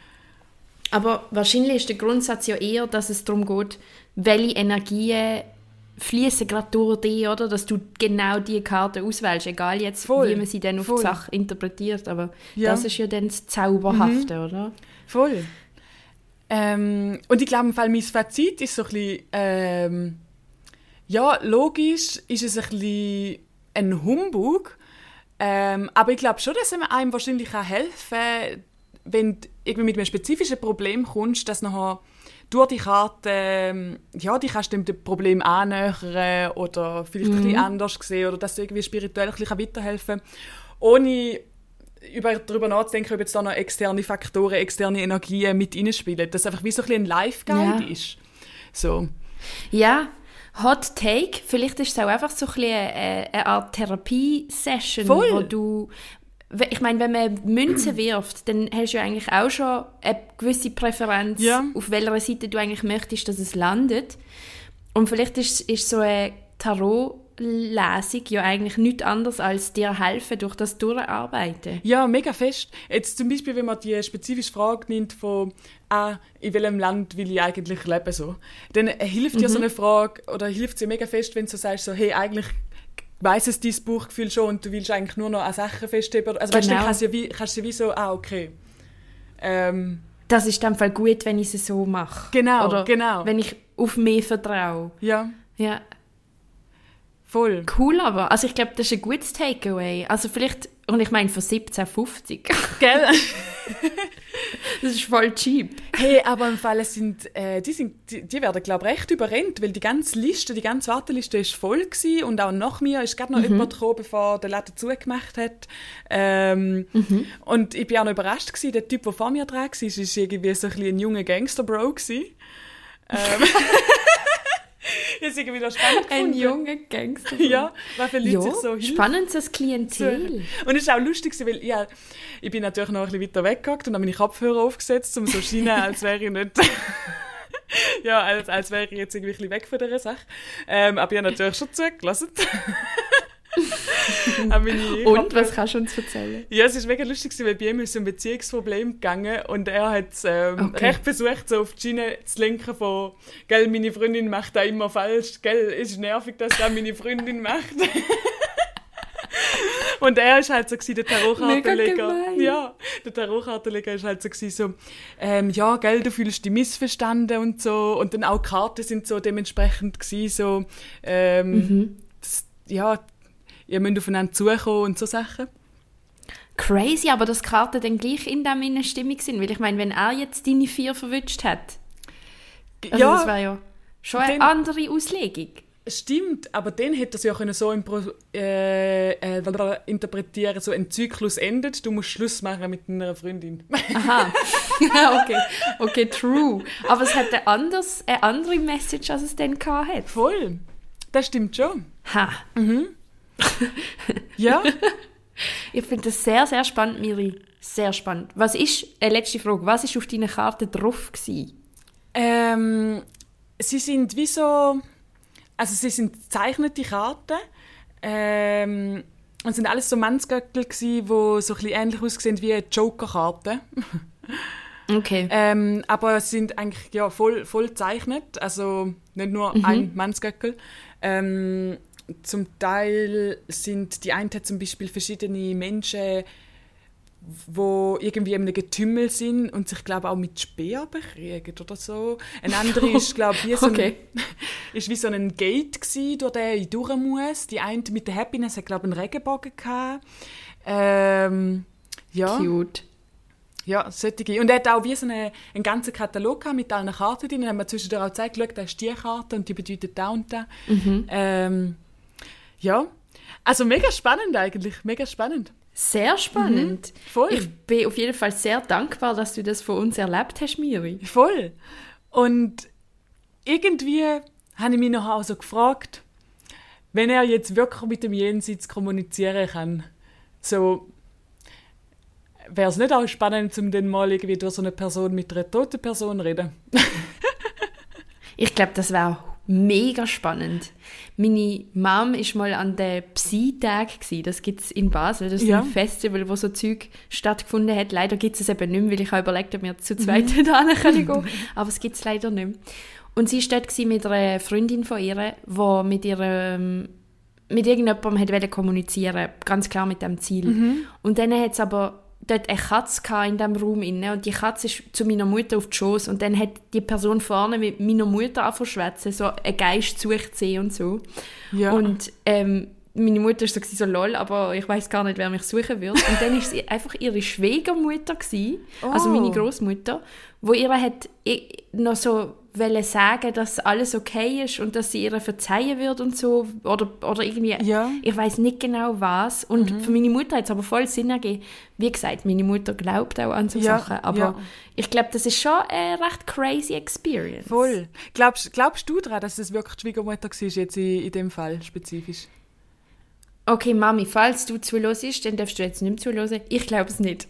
[SPEAKER 4] Aber wahrscheinlich ist der Grundsatz ja eher, dass es darum geht, welche Energien fließen gerade durch dich, oder? Dass du genau diese Karte auswählst, egal jetzt,
[SPEAKER 2] Voll,
[SPEAKER 4] wie man sie dann auf
[SPEAKER 2] voll.
[SPEAKER 4] die Sache interpretiert. Aber
[SPEAKER 2] Ja.
[SPEAKER 4] das ist ja dann das Zauberhafte, oder?
[SPEAKER 2] Voll. Ähm, und ich glaube, im Fall mein Fazit ist so ein bisschen, ähm, ja, logisch ist es ein bisschen ein Humbug, ähm, aber ich glaube schon, dass man einem wahrscheinlich auch helfen kann, wenn du irgendwie mit einem spezifischen Problem kommst, dass nachher durch die Karte, ähm, ja, die kannst du dem Problem annähern oder vielleicht ein bisschen anders sehen oder dass du irgendwie spirituell ein bisschen weiterhelfen kann, ohne über, darüber nachzudenken, ob jetzt da noch externe Faktoren, externe Energien mit reinspielen. Dass es einfach wie so ein bisschen ein Live-Guide
[SPEAKER 4] Ja.
[SPEAKER 2] ist. So.
[SPEAKER 4] Ja, Hot Take. Vielleicht ist es auch einfach so ein bisschen eine, eine Art Therapie-Session,
[SPEAKER 2] Voll.
[SPEAKER 4] wo du... Ich meine, wenn man Münzen wirft, dann hast du ja eigentlich auch schon eine gewisse Präferenz,
[SPEAKER 2] Ja.
[SPEAKER 4] auf welcher Seite du eigentlich möchtest, dass es landet. Und vielleicht ist, ist so eine Tarot-Lesung ja eigentlich nichts anderes als dir helfen durch das Durcharbeiten.
[SPEAKER 2] Ja, mega fest. Jetzt zum Beispiel, wenn man die spezifische Frage nimmt von ah, in welchem Land will ich eigentlich leben, so, dann hilft dir so eine Frage, oder hilft es dir mega fest, wenn du so sagst, so, hey, eigentlich weiss es dein Bauchgefühl schon und du willst eigentlich nur noch an Sachen festheben. Also weißt du,
[SPEAKER 4] Genau.
[SPEAKER 2] dann kannst du ja wie, kannst du ja wie so, ah, okay. Ähm,
[SPEAKER 4] Das ist dann Fall gut, wenn ich es so mache.
[SPEAKER 2] Genau,
[SPEAKER 4] Oder
[SPEAKER 2] genau.
[SPEAKER 4] wenn ich auf mich vertraue.
[SPEAKER 2] ja,
[SPEAKER 4] Ja,
[SPEAKER 2] voll.
[SPEAKER 4] cool aber. Also ich glaube, das ist ein gutes Takeaway. Also vielleicht, und ich meine von siebzehn fünfzig.
[SPEAKER 2] Gell?
[SPEAKER 4] Das ist voll cheap.
[SPEAKER 2] Hey, aber im Fall sind, äh, die, sind, die, die werden, glaube ich, recht überrennt, weil die ganze Liste, die ganze Warteliste ist voll gewesen und auch nach mir ist gerade noch mhm. jemand gekommen, bevor der Laden zugemacht hat. Ähm, mhm. Und ich war auch noch überrascht gewesen, der Typ, der vor mir dran war, war irgendwie so ein, bisschen ein junger Gangster-Bro gewesen. Ähm, das ist irgendwie noch spannend gefunden.
[SPEAKER 4] Ein junger Gangster.
[SPEAKER 2] Ja, weil viele Leute
[SPEAKER 4] ja,
[SPEAKER 2] sich so hilft.
[SPEAKER 4] Spannendes Klientel.
[SPEAKER 2] Und es ist auch lustig, weil ja, ich bin natürlich noch ein bisschen weiter weggehockt und habe meine Kopfhörer aufgesetzt, um so zu scheinen, als wäre ich nicht... ja, als, als wäre ich jetzt irgendwie ein bisschen weg von dieser Sache. Ähm, aber ich habe natürlich schon zugelassen.
[SPEAKER 4] Und, was kannst du uns erzählen?
[SPEAKER 2] Ja, es war mega lustig, weil bei ihm ist so ein Beziehungsproblem gegangen und er hat ähm, okay. recht versucht, so auf die Schiene zu lenken von «Gell, meine Freundin macht das immer falsch, gell, es ist nervig, dass das meine Freundin macht.» Und er war halt so gewesen, der Tarotkartenleger. Ja, der Tarotkartenleger war halt so gewesen, so, ähm, ja, gell, du fühlst dich missverstanden und so. Und dann auch die Karten sind so dementsprechend gewesen, so, ähm, mhm. das, ja, ihr müsst aufeinander zukommen und so Sachen.
[SPEAKER 4] Crazy, aber dass die Karten dann gleich in dem Innen stimmig sind. Weil ich meine, wenn er jetzt deine vier verwünscht hat, also ja, das wäre ja schon eine andere Auslegung.
[SPEAKER 2] Stimmt, aber dann hätte er es ja können so impro- äh, äh, interpretieren, so ein Zyklus endet, du musst Schluss machen mit deiner Freundin.
[SPEAKER 4] Aha, okay, okay, true. Aber es hat eine, anders, eine andere Message, als es dann hatte.
[SPEAKER 2] Voll, das stimmt schon.
[SPEAKER 4] Ha.
[SPEAKER 2] Mhm. Ja.
[SPEAKER 4] Ich finde das sehr, sehr spannend, Miri. Sehr spannend. Was ist, äh, letzte Frage, was war auf deiner Karte drauf gewesen?
[SPEAKER 2] Ähm, sie sind wie so... Also sie sind gezeichnete Karten. Ähm, es sind alles so Mannsgöckel gsi, wo so ein bisschen ähnlich aussehen wie Joker-Karten.
[SPEAKER 4] Okay.
[SPEAKER 2] Ähm, aber sie sind eigentlich ja, voll, voll gezeichnet. Also nicht nur mhm. ein Mannsgöckel. Ähm, zum Teil sind die einen zum Beispiel verschiedene Menschen, wo irgendwie in einem Getümmel sind und sich, glaube ich, auch mit Speer bekriegen oder so. Ein anderer ist, glaube ich, wie so, okay. ein, ist wie so ein Gate gewesen, durch den ich durch muss. Die eine mit der Happiness hat, glaube ich, einen Regenbogen gehabt. Ähm, ja.
[SPEAKER 4] Cute.
[SPEAKER 2] Ja, solche. Und er hat auch wie so einen, einen ganzen Katalog gehabt mit allen Karten drin. Dann haben wir zwischendurch auch gezeigt, schau, da ist die Karte und die bedeutet da und da.
[SPEAKER 4] Mhm.
[SPEAKER 2] Ähm, ja, also mega spannend eigentlich, mega spannend.
[SPEAKER 4] Sehr spannend.
[SPEAKER 2] Mhm, voll.
[SPEAKER 4] Ich bin auf jeden Fall sehr dankbar, dass du das von uns erlebt hast, Miri.
[SPEAKER 2] Voll. Und irgendwie habe ich mich noch auch so gefragt, wenn er jetzt wirklich mit dem Jenseits kommunizieren kann, so wäre es nicht auch spannend, um dann mal irgendwie durch so eine Person mit einer toten Person zu reden?
[SPEAKER 4] Ich glaube, das wäre mega spannend. Meine Mom war mal an den Psy-Tag. Das gibt es in Basel. Das ist ja. ein Festival, wo so Zeug stattgefunden hat. Leider gibt es es eben nicht mehr, weil ich habe überlegt, ob wir zu zweit mhm. da gehen können. Aber es gibt es leider nicht mehr. Und sie war dort mit einer Freundin von ihr, die mit ihrem mit irgendjemandem wollte kommunizieren, ganz klar mit dem Ziel. Mhm. Und dann hat es aber dort eine Katze in diesem Raum inne und die Katze ist zu meiner Mutter auf die Schoss und dann hat die Person vorne mit meiner Mutter angefangen zu schwätzen, so ein Geist sucht sie und so. Ja. Und ähm, meine Mutter war so, so lol, aber ich weiss gar nicht, wer mich suchen würde. Und dann war sie einfach ihre Schwiegermutter gewesen, oh. also meine Großmutter, wo ihr hat noch so wollen sagen, dass alles okay ist und dass sie ihr verzeihen wird und so oder, oder irgendwie, ja. ich weiss nicht genau was. Und mhm. für meine Mutter hat es aber voll Sinn ergeben. Wie gesagt, meine Mutter glaubt auch an so ja. Sachen, aber ja. ich glaube, das ist schon eine recht crazy Experience.
[SPEAKER 2] Voll. Glaubst, glaubst du daran, dass es wirklich die Schwiegermutter war, jetzt in, in dem Fall spezifisch?
[SPEAKER 4] Okay, Mami, falls du zuhörst, dann darfst du jetzt nicht mehr zuhören. Ich glaube es nicht.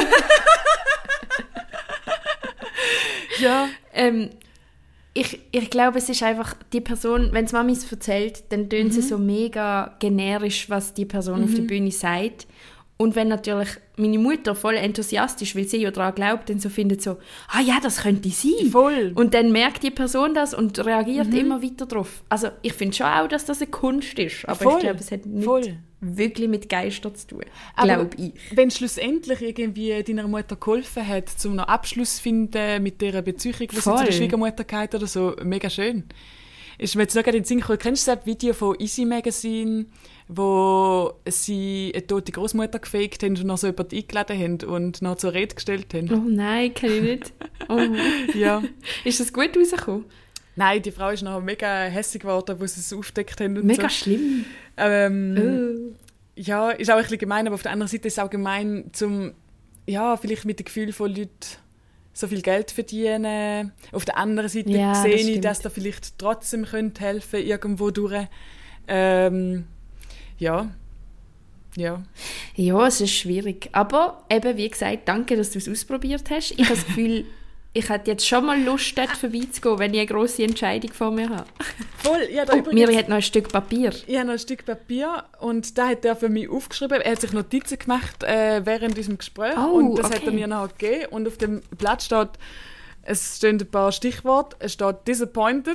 [SPEAKER 4] ja. Ähm, Ich, ich glaube, es ist einfach, die Person, wenn es Mami es erzählt, dann tönt mhm. sie so mega generisch, was die Person mhm. auf der Bühne sagt. Und wenn natürlich meine Mutter voll enthusiastisch, weil sie ja daran glaubt, dann so findet so, ah ja, das könnte sein.
[SPEAKER 2] Voll.
[SPEAKER 4] Und dann merkt die Person das und reagiert mhm. immer weiter drauf. Also ich finde schon auch, dass das eine Kunst ist. Aber voll. Ich glaube, es hat nicht voll. wirklich mit Geistern zu tun, glaube ich.
[SPEAKER 2] Wenn schlussendlich irgendwie deiner Mutter geholfen hat, um einen Abschluss zu finden mit dieser Beziehung, die sie zu der Schwiegermutter hatte oder so, mega schön. ist mir jetzt noch gerade in den Sinn gekommen, kennst du das Video von Easy Magazine, wo sie eine tote Großmutter gefaked haben und noch so jemanden eingeladen haben und noch zur Rede gestellt haben?
[SPEAKER 4] Oh nein, kenne ich nicht. Oh.
[SPEAKER 2] Ja.
[SPEAKER 4] Ist das gut rausgekommen?
[SPEAKER 2] Nein, die Frau ist noch mega hässig geworden, wo sie es aufgedeckt haben und
[SPEAKER 4] Mega
[SPEAKER 2] so.
[SPEAKER 4] schlimm.
[SPEAKER 2] Ähm,
[SPEAKER 4] Oh.
[SPEAKER 2] Ja, ist auch ein bisschen gemein, aber auf der anderen Seite ist es auch gemein, zum, ja, vielleicht mit dem Gefühl von Leuten so viel Geld verdienen. Auf der anderen Seite
[SPEAKER 4] Ja, das
[SPEAKER 2] sehe ich,
[SPEAKER 4] stimmt.
[SPEAKER 2] dass da vielleicht trotzdem könnte helfen irgendwo durch. Ähm, ja. Ja.
[SPEAKER 4] Ja, es ist schwierig. Aber eben, wie gesagt, danke, dass du es ausprobiert hast. Ich habe das Gefühl, ich hätte jetzt schon mal Lust, dort vorbeizugehen, wenn ich eine grosse Entscheidung vor mir habe.
[SPEAKER 2] Voll, ja, da
[SPEAKER 4] Oh,
[SPEAKER 2] übrigens...
[SPEAKER 4] Miri hat noch ein Stück Papier.
[SPEAKER 2] Ich habe noch ein Stück Papier und da hat er für mich aufgeschrieben. Er hat sich Notizen gemacht äh, während unserem Gespräch
[SPEAKER 4] Oh,
[SPEAKER 2] und das
[SPEAKER 4] okay.
[SPEAKER 2] hat er mir nachher gegeben. Und auf dem Blatt steht, es stehen ein paar Stichworte. Es steht disappointed,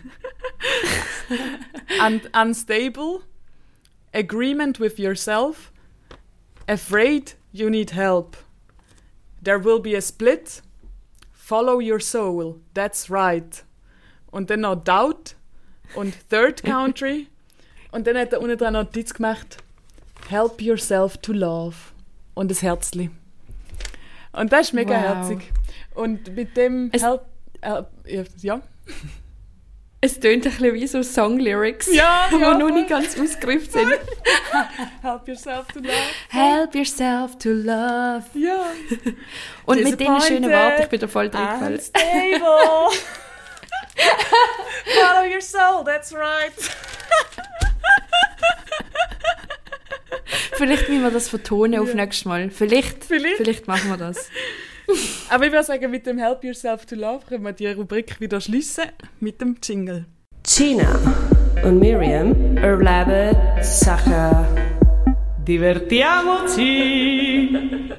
[SPEAKER 2] and unstable, agreement with yourself, afraid you need help, there will be a split, follow your soul, that's right. Und dann noch doubt und third country. Und dann hat er unten dran eine Notiz gemacht, help yourself to love. Und ein Herzli. Und das ist mega
[SPEAKER 4] Wow.
[SPEAKER 2] herzig. Und mit dem
[SPEAKER 4] Es-
[SPEAKER 2] help, help, ja.
[SPEAKER 4] Es tönt ein bisschen wie so Songlyrics,
[SPEAKER 2] Ja,
[SPEAKER 4] die
[SPEAKER 2] ja,
[SPEAKER 4] noch
[SPEAKER 2] voll.
[SPEAKER 4] nicht ganz ausgereift sind.
[SPEAKER 2] Help yourself to love.
[SPEAKER 4] Help yourself to love.
[SPEAKER 2] Ja.
[SPEAKER 4] Und mit diesen schönen
[SPEAKER 2] Disappointed,
[SPEAKER 4] Worten, ich bin da voll drin gefallen.
[SPEAKER 2] Unstable. Follow your soul, that's right.
[SPEAKER 4] Vielleicht müssen wir das vertonen auf nächstes Mal. Vielleicht,
[SPEAKER 2] Vielleicht.
[SPEAKER 4] vielleicht machen wir das.
[SPEAKER 2] Aber ich würde sagen, mit dem Help yourself to love können wir die Rubrik wieder schließen mit dem Jingle.
[SPEAKER 5] Gina und Miriam erleben Sachen.
[SPEAKER 3] Divertiamoci!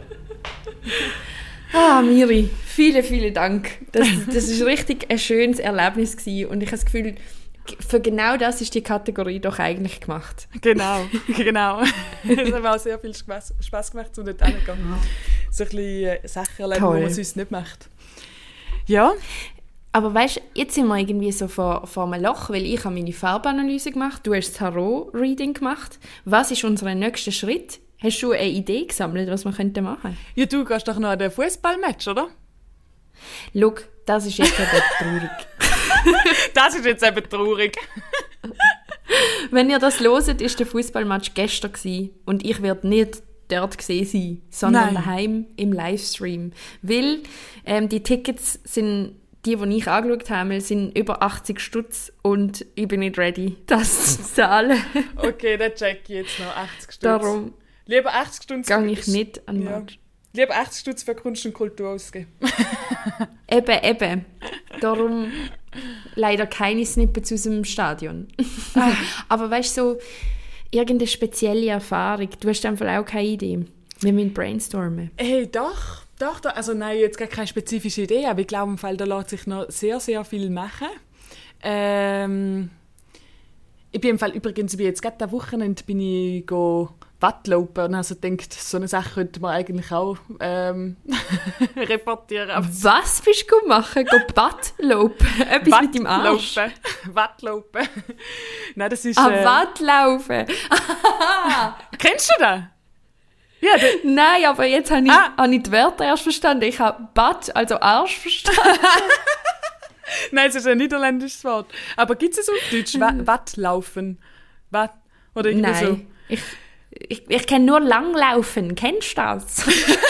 [SPEAKER 4] Ah, Miri, vielen, vielen Dank. Das, das ist richtig ein schönes Erlebnis gewesen. Und ich habe das Gefühl, für genau das ist die Kategorie doch eigentlich gemacht.
[SPEAKER 2] Genau, genau. Es hat mir auch sehr viel Spaß, Spaß gemacht, um dort hinzugehen. So ein bisschen äh, Sachen erleben,
[SPEAKER 4] Toll.
[SPEAKER 2] die man sonst nicht macht. Ja,
[SPEAKER 4] Aber weißt du, jetzt sind wir irgendwie so vor, vor einem Loch, weil ich habe meine Farbanalyse gemacht, du hast das Tarot-Reading gemacht. Was ist unser nächster Schritt? Hast du eine Idee gesammelt, was wir könnten machen?
[SPEAKER 2] ja, du gehst doch noch an den Fußballmatch, oder?
[SPEAKER 4] Schau, das ist jetzt eben traurig.
[SPEAKER 2] Das ist jetzt eben traurig.
[SPEAKER 4] Wenn ihr das hört, ist der Fußballmatch gestern gewesen und ich werde nicht dort gesehen sein, sondern
[SPEAKER 2] Nein.
[SPEAKER 4] daheim im Livestream. Weil ähm, die Tickets sind, die, die ich angeschaut habe, sind über achtzig Stutz und ich bin nicht ready, das zu zahlen.
[SPEAKER 2] Okay, dann check ich jetzt noch achtzig Stutz.
[SPEAKER 4] Darum
[SPEAKER 2] Lieber achtzig Stutz
[SPEAKER 4] gehe ich nicht an den
[SPEAKER 2] Ja.
[SPEAKER 4] Match.
[SPEAKER 2] Lieber achtzig Stutz für Kunst und Kultur ausgeben.
[SPEAKER 4] Eben, eben. Darum leider keine Snippets aus dem Stadion. Aber weißt du, so irgendeine spezielle Erfahrung, du hast einfach auch keine Idee. Wir müssen brainstormen.
[SPEAKER 2] Hey, doch, doch, doch. Also nein, jetzt gar keine spezifische Idee, aber ich glaube im Fall, da lässt sich noch sehr, sehr viel machen. Ähm, ich bin im Fall übrigens, ich bin jetzt gerade am Wochenende bin ich go Wattlopen und also denkt, so eine Sache könnte man eigentlich auch ähm, reportieren. Aber
[SPEAKER 4] Was bist du machen? Go Badlopen? Etwas mit dem Arsch?
[SPEAKER 2] Wattlopen. Wattlopen. Nein, das ist...
[SPEAKER 4] Ah,
[SPEAKER 2] äh,
[SPEAKER 4] Wadlaufen.
[SPEAKER 2] kennst du das? Ja, der,
[SPEAKER 4] Nein, aber jetzt habe ich,
[SPEAKER 2] Ah.
[SPEAKER 4] habe ich die Wörter erst verstanden. Ich habe Bad, also Arsch, verstanden.
[SPEAKER 2] nein, es ist ein niederländisches Wort. Aber gibt es es auf Deutsch? Wa- Wattlaufen? Watt, oder irgendwie so?
[SPEAKER 4] Nein. Ich, ich, ich kenne nur Langlaufen. Kennst du das?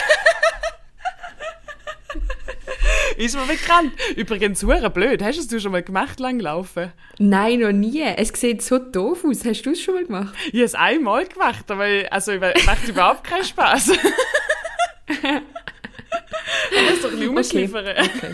[SPEAKER 2] Ist mir bekannt. Übrigens, hure blöd. Hast du es schon mal gemacht, langlaufen?
[SPEAKER 4] Nein, noch nie. Es sieht so doof aus. Hast du es schon mal gemacht?
[SPEAKER 2] Ich habe es einmal gemacht, aber also, es macht überhaupt keinen Spass. Man muss doch ein bisschen rumschliffern.
[SPEAKER 4] Okay.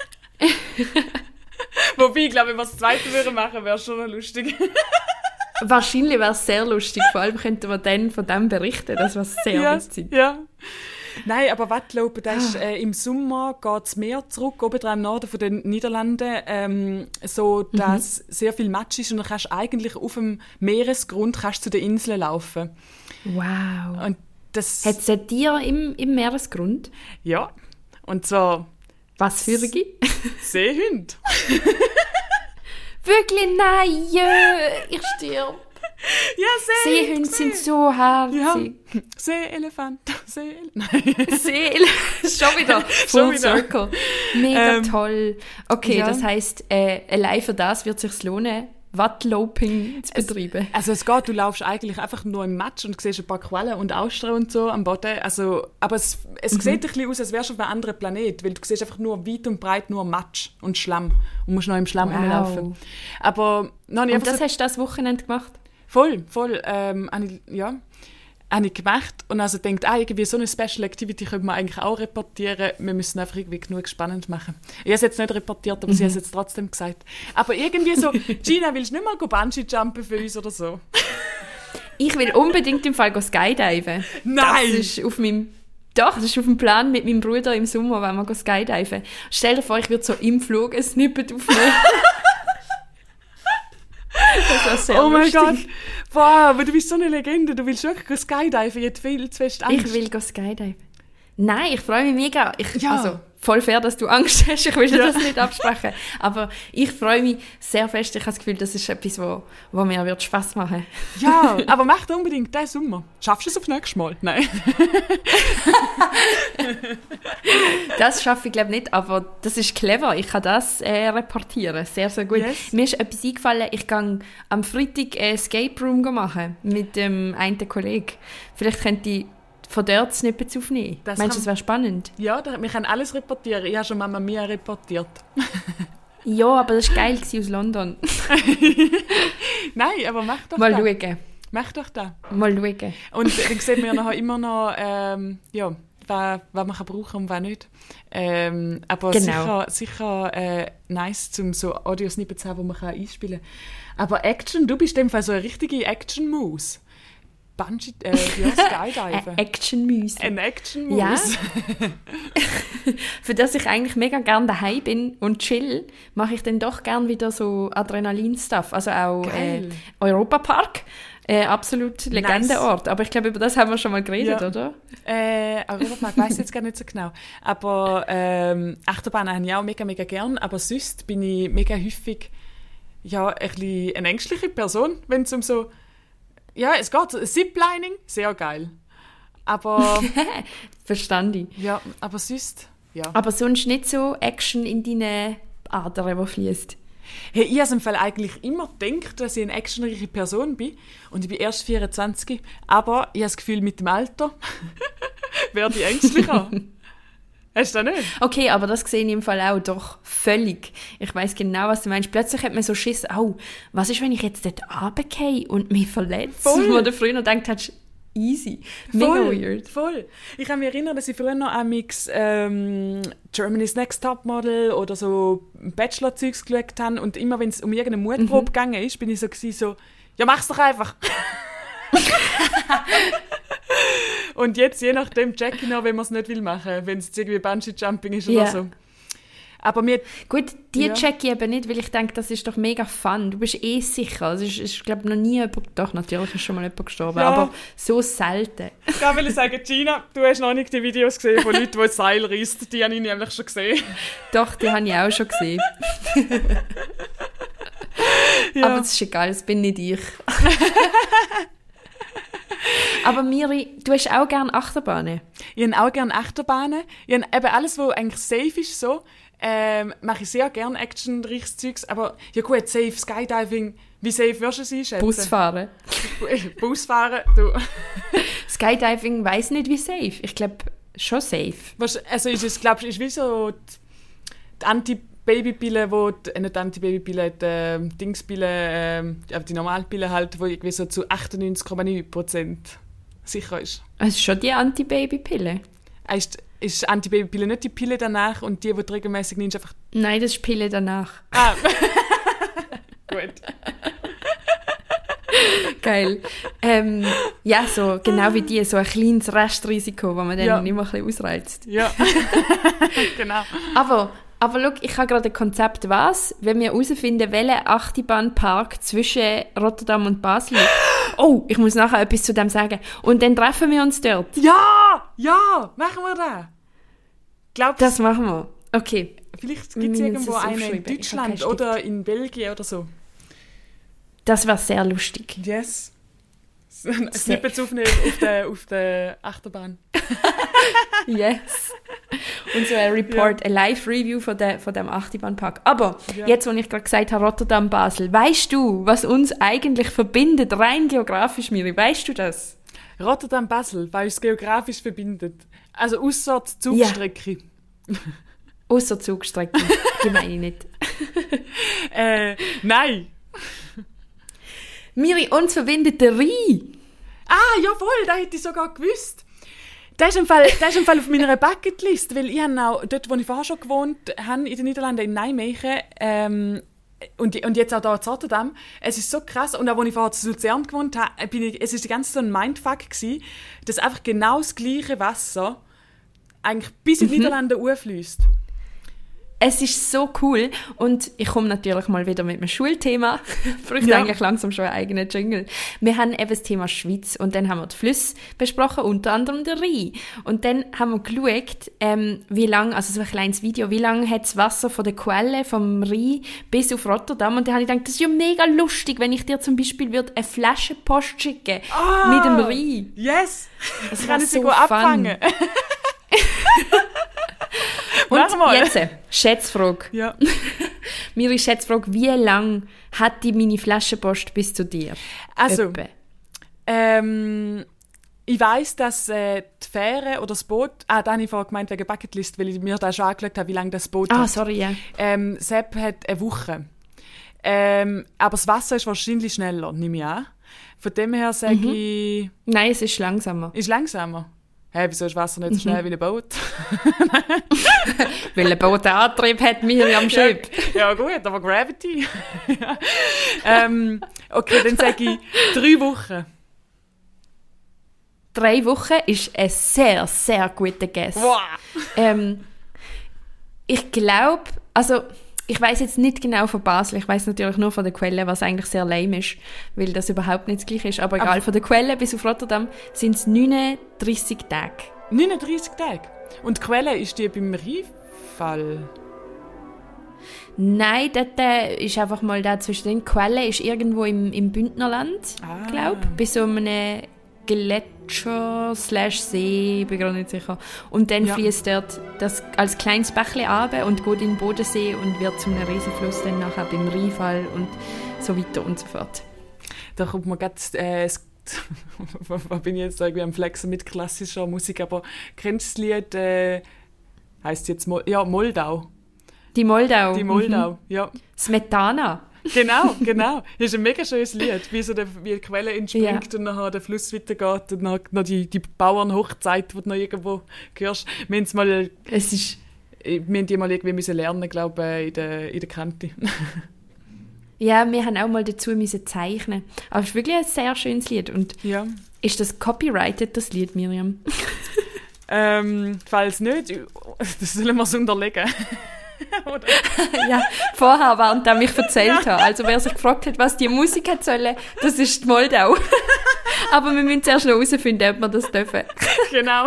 [SPEAKER 2] Wobei, ich glaube, wenn wir das zweite würden machen, wäre es schon noch lustig.
[SPEAKER 4] Wahrscheinlich wäre es sehr lustig. Vor allem könnten wir dann von dem berichten. Das war sehr
[SPEAKER 2] ja,
[SPEAKER 4] witzig.
[SPEAKER 2] ja. Nein, aber Wattlopen, das ist, äh, im Sommer geht es mehr zurück, oben dran im Norden von den Niederlanden, ähm, so dass sehr viel Matsch ist und dann kannst du eigentlich auf dem Meeresgrund kannst du zu den Inseln laufen.
[SPEAKER 4] Wow.
[SPEAKER 2] Und das...
[SPEAKER 4] Hat es ein Tier im, im Meeresgrund?
[SPEAKER 2] Ja, und zwar
[SPEAKER 4] Was für eine?
[SPEAKER 2] Seehunde.
[SPEAKER 4] Wirklich, nein, jö, ich stirb.
[SPEAKER 2] Ja, See.
[SPEAKER 4] Seehunde sind so herzig.
[SPEAKER 2] Ja. Seeelefant. Seeelefant. Nein.
[SPEAKER 4] Seele. Schon wieder. Full
[SPEAKER 2] Schon wieder.
[SPEAKER 4] Circle. Mega
[SPEAKER 2] Ähm,
[SPEAKER 4] toll. Okay,
[SPEAKER 2] ja.
[SPEAKER 4] das heisst, äh, allein für das wird es sich lohnen, Wattloping zu betreiben.
[SPEAKER 2] Also es geht, du laufst eigentlich einfach nur im Matsch und siehst ein paar Quellen und Austern und so am Boden. Also, aber es, es
[SPEAKER 4] Mhm.
[SPEAKER 2] sieht ein bisschen aus, als wärst du auf einem anderen Planet, weil du siehst einfach nur weit und breit nur Matsch und Schlamm und musst noch im Schlamm
[SPEAKER 4] Wow.
[SPEAKER 2] rumlaufen. Aber noch nicht
[SPEAKER 4] Und
[SPEAKER 2] einfach
[SPEAKER 4] das
[SPEAKER 2] so,
[SPEAKER 4] hast du das Wochenende gemacht?
[SPEAKER 2] voll, voll, ähm, habe ich, ja, habe ich gemacht und also denkt, ah, irgendwie so eine Special Activity könnte man eigentlich auch reportieren. Wir müssen einfach irgendwie genug spannend machen. Ich habe es jetzt nicht reportiert, aber
[SPEAKER 4] Mhm.
[SPEAKER 2] sie hat es jetzt trotzdem gesagt. Aber irgendwie so, Gina, willst du nicht mal go Bungee-Jumpen für uns oder so?
[SPEAKER 4] Ich will unbedingt im Fall go skydiven.
[SPEAKER 2] Nein!
[SPEAKER 4] Das ist auf meinem... Doch, das ist auf dem Plan mit meinem Bruder im Sommer, wenn wir go skydiven. Stell dir vor, ich würde so im Flug ein Snippet aufnehmen. Das wäre sehr
[SPEAKER 2] Oh mein
[SPEAKER 4] lustig.
[SPEAKER 2] Gott. Boah, aber du bist so eine Legende. Du willst wirklich go skydiven. Ich hätte viel zu fest Angst.
[SPEAKER 4] Ich will go skydiven. Nein, ich freue mich mega. Ich,
[SPEAKER 2] Ja.
[SPEAKER 4] Also, voll fair, dass du Angst hast. Ich will dir
[SPEAKER 2] Ja.
[SPEAKER 4] das nicht absprechen. Aber ich freue mich sehr fest. Ich habe das Gefühl, das ist etwas, wo, wo mir wird Spass machen.
[SPEAKER 2] Ja, aber mach das unbedingt diesen Sommer. Schaffst du es auf nächstes Mal? Nein.
[SPEAKER 4] Das schaffe ich glaube nicht, aber das ist clever. Ich kann das äh, reportieren. Sehr, sehr gut.
[SPEAKER 2] Yes.
[SPEAKER 4] Mir ist etwas eingefallen. Ich gehe am Freitag ein Escape Room machen mit dem einen Kollegen. Vielleicht könnte ich von dort Snippets aufnehmen.
[SPEAKER 2] Das
[SPEAKER 4] Meinst du,
[SPEAKER 2] kann-
[SPEAKER 4] das wäre spannend?
[SPEAKER 2] Ja, da, wir können alles reportieren. Ich habe schon Mama Mia reportiert.
[SPEAKER 4] Ja, aber das war geil gewesen aus London.
[SPEAKER 2] Nein, aber mach doch
[SPEAKER 4] Mal
[SPEAKER 2] das.
[SPEAKER 4] schauen.
[SPEAKER 2] Mach doch das.
[SPEAKER 4] Mal schauen.
[SPEAKER 2] Und dann sehen wir nachher immer noch, ähm, ja, was, was man kann brauchen und was nicht. Ähm, aber
[SPEAKER 4] Genau.
[SPEAKER 2] sicher, sicher äh, nice, um so Audio-Snippets zu haben, die man kann einspielen kann. Aber Action, du bist in dem Fall so eine richtige Action-Moose. Bungee, äh, ja, Skydiven.
[SPEAKER 4] Ein Action-Müsse.
[SPEAKER 2] Ein Action-Moose.
[SPEAKER 4] Ja. Für das ich eigentlich mega gerne daheim bin und chill, mache ich dann doch gerne wieder so Adrenalin-Stuff. Also auch äh,
[SPEAKER 2] Geil.
[SPEAKER 4] Europapark. Äh, absolut Legendenort. Aber ich glaube, über das haben wir schon mal geredet,
[SPEAKER 2] Ja.
[SPEAKER 4] oder?
[SPEAKER 2] Äh, Europapark, ich weiss jetzt gar nicht so genau. Aber ähm, Achterbahnen habe ich auch mega, mega gern. Aber sonst bin ich mega häufig ja, ein bisschen eine ängstliche Person, wenn es um so... Ja, es geht. Ziplining, sehr geil. Aber...
[SPEAKER 4] Verstand ich.
[SPEAKER 2] ja, aber sonst... Ja.
[SPEAKER 4] Aber sonst nicht so Action in deinen Adern, die fließt.
[SPEAKER 2] Hey, ich habe im Fall eigentlich immer gedacht, dass ich eine actionreiche Person bin. Und ich bin erst vierundzwanzig. Aber ich habe das Gefühl, mit dem Alter werde ich ängstlicher. Hast du das nicht?
[SPEAKER 4] Okay, aber das sehe ich im Fall auch doch völlig. Ich weiss genau, was du meinst. Plötzlich hat man so Schiss, oh, was ist, wenn ich jetzt dort runtergehe und mich verletze?
[SPEAKER 2] Voll.
[SPEAKER 4] Wo du früher noch gedacht hast, easy. Mega
[SPEAKER 2] Voll,
[SPEAKER 4] weird.
[SPEAKER 2] voll. Ich kann mich erinnern, dass ich früher noch am Mix ähm, Germany's Next Topmodel oder so Bachelor-Zeugs geschaut habe und immer, wenn es um irgendeine Mutprobe gegangen ist, bin ich so gewesen, so, ja, mach's doch einfach. Und jetzt, je nachdem, check ich noch, wenn man es nicht will machen, wenn es jetzt irgendwie Bungee-Jumping ist oder
[SPEAKER 4] Ja.
[SPEAKER 2] so. Aber mir,
[SPEAKER 4] Gut, die
[SPEAKER 2] Ja.
[SPEAKER 4] check ich eben nicht, weil ich denke, das ist doch mega fun. Du bist eh sicher. Also ist, ist glaube noch nie jemand, doch, natürlich ist schon mal jemand gestorben,
[SPEAKER 2] Ja.
[SPEAKER 4] aber so selten.
[SPEAKER 2] ich will sagen, Gina, du hast noch nicht die Videos gesehen von Leuten, die Seil reissen. Die habe ich nämlich schon gesehen.
[SPEAKER 4] Doch, die habe ich auch schon gesehen.
[SPEAKER 2] Ja.
[SPEAKER 4] Aber es ist egal, es bin nicht ich. Aber Miri, du hast auch gerne Achterbahnen.
[SPEAKER 2] Ich habe auch gerne Achterbahnen. Ich habe eben alles, was eigentlich safe ist, so, ähm, mache ich sehr gerne actionreiches Zeugs. Aber ja gut, safe, Skydiving, wie safe wirst du es einschätzen?
[SPEAKER 4] Busfahren.
[SPEAKER 2] Busfahren, du.
[SPEAKER 4] Skydiving weiss nicht, wie safe. Ich glaube, schon safe.
[SPEAKER 2] Was, also ist es, glaubst du, ist wie so die, die Anti-Baby-Pille, wo die, äh, nicht Anti-Baby-Pille, die äh, Dingspille, äh, die Normalpille halt, wo irgendwie so zu achtundneunzig Komma neun Prozent sicher ist.
[SPEAKER 4] Es ist schon die Anti-Baby-Pille.
[SPEAKER 2] Ist, ist Anti-Baby-Pille nicht die Pille danach und die, die du regelmäßig nimmst, einfach...
[SPEAKER 4] Nein, das ist Pille danach.
[SPEAKER 2] Ah, gut.
[SPEAKER 4] Geil. Ähm, ja, so genau wie die, so ein kleines Restrisiko, das man dann
[SPEAKER 2] Ja.
[SPEAKER 4] immer ein bisschen ausreizt.
[SPEAKER 2] Ja, genau.
[SPEAKER 4] Aber, aber schau, ich habe gerade ein Konzept, was, wenn wir herausfinden, welcher Achterbahnpark zwischen Rotterdam und Basel liegt. Oh, ich muss nachher etwas zu dem sagen. Und dann treffen wir uns dort.
[SPEAKER 2] Ja, ja, machen wir das. Glaubst
[SPEAKER 4] Das machen wir. Okay.
[SPEAKER 2] vielleicht gibt es
[SPEAKER 4] Wir müssen
[SPEAKER 2] irgendwo
[SPEAKER 4] es
[SPEAKER 2] einen in
[SPEAKER 4] aufschreiben. Ich habe
[SPEAKER 2] Deutschland
[SPEAKER 4] keinen
[SPEAKER 2] oder in Belgien oder so.
[SPEAKER 4] Das wäre sehr lustig.
[SPEAKER 2] Yes. Snippets aufnehmen auf der, auf der Achterbahn.
[SPEAKER 4] Yes. Und so ein Report, ja. Ein Live-Review von, der, von dem Achterbahnpark. Aber
[SPEAKER 2] ja.
[SPEAKER 4] Jetzt, wo ich gerade gesagt habe, Rotterdam, Basel, weißt du, was uns eigentlich verbindet, rein geografisch, Miri? Weißt du das?
[SPEAKER 2] Rotterdam, Basel, weil es geografisch verbindet. Also ausser die Zugstrecke.
[SPEAKER 4] Ja. Ausser Zugstrecke, die meine ich nicht.
[SPEAKER 2] äh, nein.
[SPEAKER 4] Miri, uns verbindet der Rhein.
[SPEAKER 2] Ah, jawohl, das hätte ich sogar gewusst. Das ist im Fall, das ist im Fall auf meiner Bucketlist, weil ich habe auch dort, wo ich vorher schon gewohnt habe, in den Niederlanden, in Nijmegen, ähm, und, und jetzt auch hier in Rotterdam, es ist so krass, und auch als ich vorher in Luzern gewohnt habe, bin ich, es ist die ganze Zeit so ein Mindfuck gewesen, dass einfach genau das gleiche Wasser eigentlich bis in die mhm. Niederlande hochfliesst.
[SPEAKER 4] Es ist so cool und ich komme natürlich mal wieder mit einem Schulthema. Braucht ja. eigentlich langsam schon einen eigenen Jingle. Wir haben eben das Thema Schweiz und dann haben wir die Flüsse besprochen, unter anderem den Rhein. Und dann haben wir geschaut, ähm, wie lange, also so ein kleines Video, wie lange hat das Wasser von der Quelle vom Rhein bis auf Rotterdam. Und dann habe ich gedacht, das ist ja mega lustig, wenn ich dir zum Beispiel würde eine Flasche Post schicken
[SPEAKER 2] ah,
[SPEAKER 4] mit dem Rhein.
[SPEAKER 2] Yes!
[SPEAKER 4] Das
[SPEAKER 2] ich kann
[SPEAKER 4] so
[SPEAKER 2] sie gut abfangen.
[SPEAKER 4] Und jetzt, Schätzfrage.
[SPEAKER 2] Ja.
[SPEAKER 4] Miri, Schätzfrage, wie lange hat die meine Flaschenpost bis zu dir?
[SPEAKER 2] Also, ähm, ich weiss, dass äh, die Fähre oder das Boot, ah, da habe ich vorhin gemeint wegen Bucketlist, weil ich mir da schon angeschaut habe, wie lange das Boot
[SPEAKER 4] ah,
[SPEAKER 2] hat.
[SPEAKER 4] Ah, sorry, ja.
[SPEAKER 2] Ähm, Sepp hat eine Woche. Ähm, aber das Wasser ist wahrscheinlich schneller, nehme ich an. Von dem her sage mhm. ich...
[SPEAKER 4] Nein, es ist langsamer.
[SPEAKER 2] Ist langsamer? Hä, hey, wieso ist Wasser nicht so schnell mhm. wie ein Boot?
[SPEAKER 4] Weil ein Boot einen Antrieb hat, Miriam Schöp.
[SPEAKER 2] Ja, ja gut, aber Gravity. ja. ähm, okay, dann sage ich drei Wochen.
[SPEAKER 4] Drei Wochen ist ein sehr, sehr guter Guess.
[SPEAKER 2] Wow.
[SPEAKER 4] Ähm, ich glaube, also ich weiss jetzt nicht genau von Basel, ich weiss natürlich nur von der Quelle, was eigentlich sehr lame ist, weil das überhaupt nicht das Gleiche ist. Aber egal, aber von der Quelle bis auf Rotterdam sind es neununddreissig Tage.
[SPEAKER 2] neununddreissig Tage? Und die Quelle, ist die beim Rheinfall?
[SPEAKER 4] Nein, dort ist einfach mal da zwischen den Quellen, ist irgendwo im, im Bündnerland,
[SPEAKER 2] ah.
[SPEAKER 4] glaube ich, bei so einem Gletscher slash See, ich bin gerade nicht sicher. Und dann ja. fließt dort das als kleines Bächle runter und geht in den Bodensee und wird zu einem Riesenfluss dann nachher beim Rheinfall und so weiter und so fort.
[SPEAKER 2] Da kommt man gerade, äh, was bin ich jetzt da irgendwie am Flexen mit klassischer Musik, aber kennst du das Lied, äh, heisst jetzt, Mo- ja, Moldau?
[SPEAKER 4] Die Moldau.
[SPEAKER 2] Die Moldau,
[SPEAKER 4] mhm.
[SPEAKER 2] ja.
[SPEAKER 4] Smetana.
[SPEAKER 2] Genau, genau. Das ist ein mega schönes Lied, wie so der, wie die Quelle entspringt
[SPEAKER 4] ja.
[SPEAKER 2] und nachher der Fluss weitergeht und dann noch die, die Bauernhochzeit, die du noch irgendwo hörst. Wir haben mal,
[SPEAKER 4] es ist
[SPEAKER 2] wir haben die mal irgendwie müssen lernen, glaube ich, in der, in der Kante.
[SPEAKER 4] Ja, wir haben auch mal dazu müssen zeichnen. Aber es ist wirklich ein sehr schönes Lied. Und
[SPEAKER 2] ja.
[SPEAKER 4] Ist das copyrighted, das Lied, Miriam?
[SPEAKER 2] ähm, falls nicht, das sollen wir es unterlegen. Oder?
[SPEAKER 4] Ja, vorher, während er mich erzählt hat. Also wer sich gefragt hat, was die Musik hat sollen, das ist die Moldau. Aber wir müssen zuerst noch herausfinden, ob wir das dürfen.
[SPEAKER 2] Genau.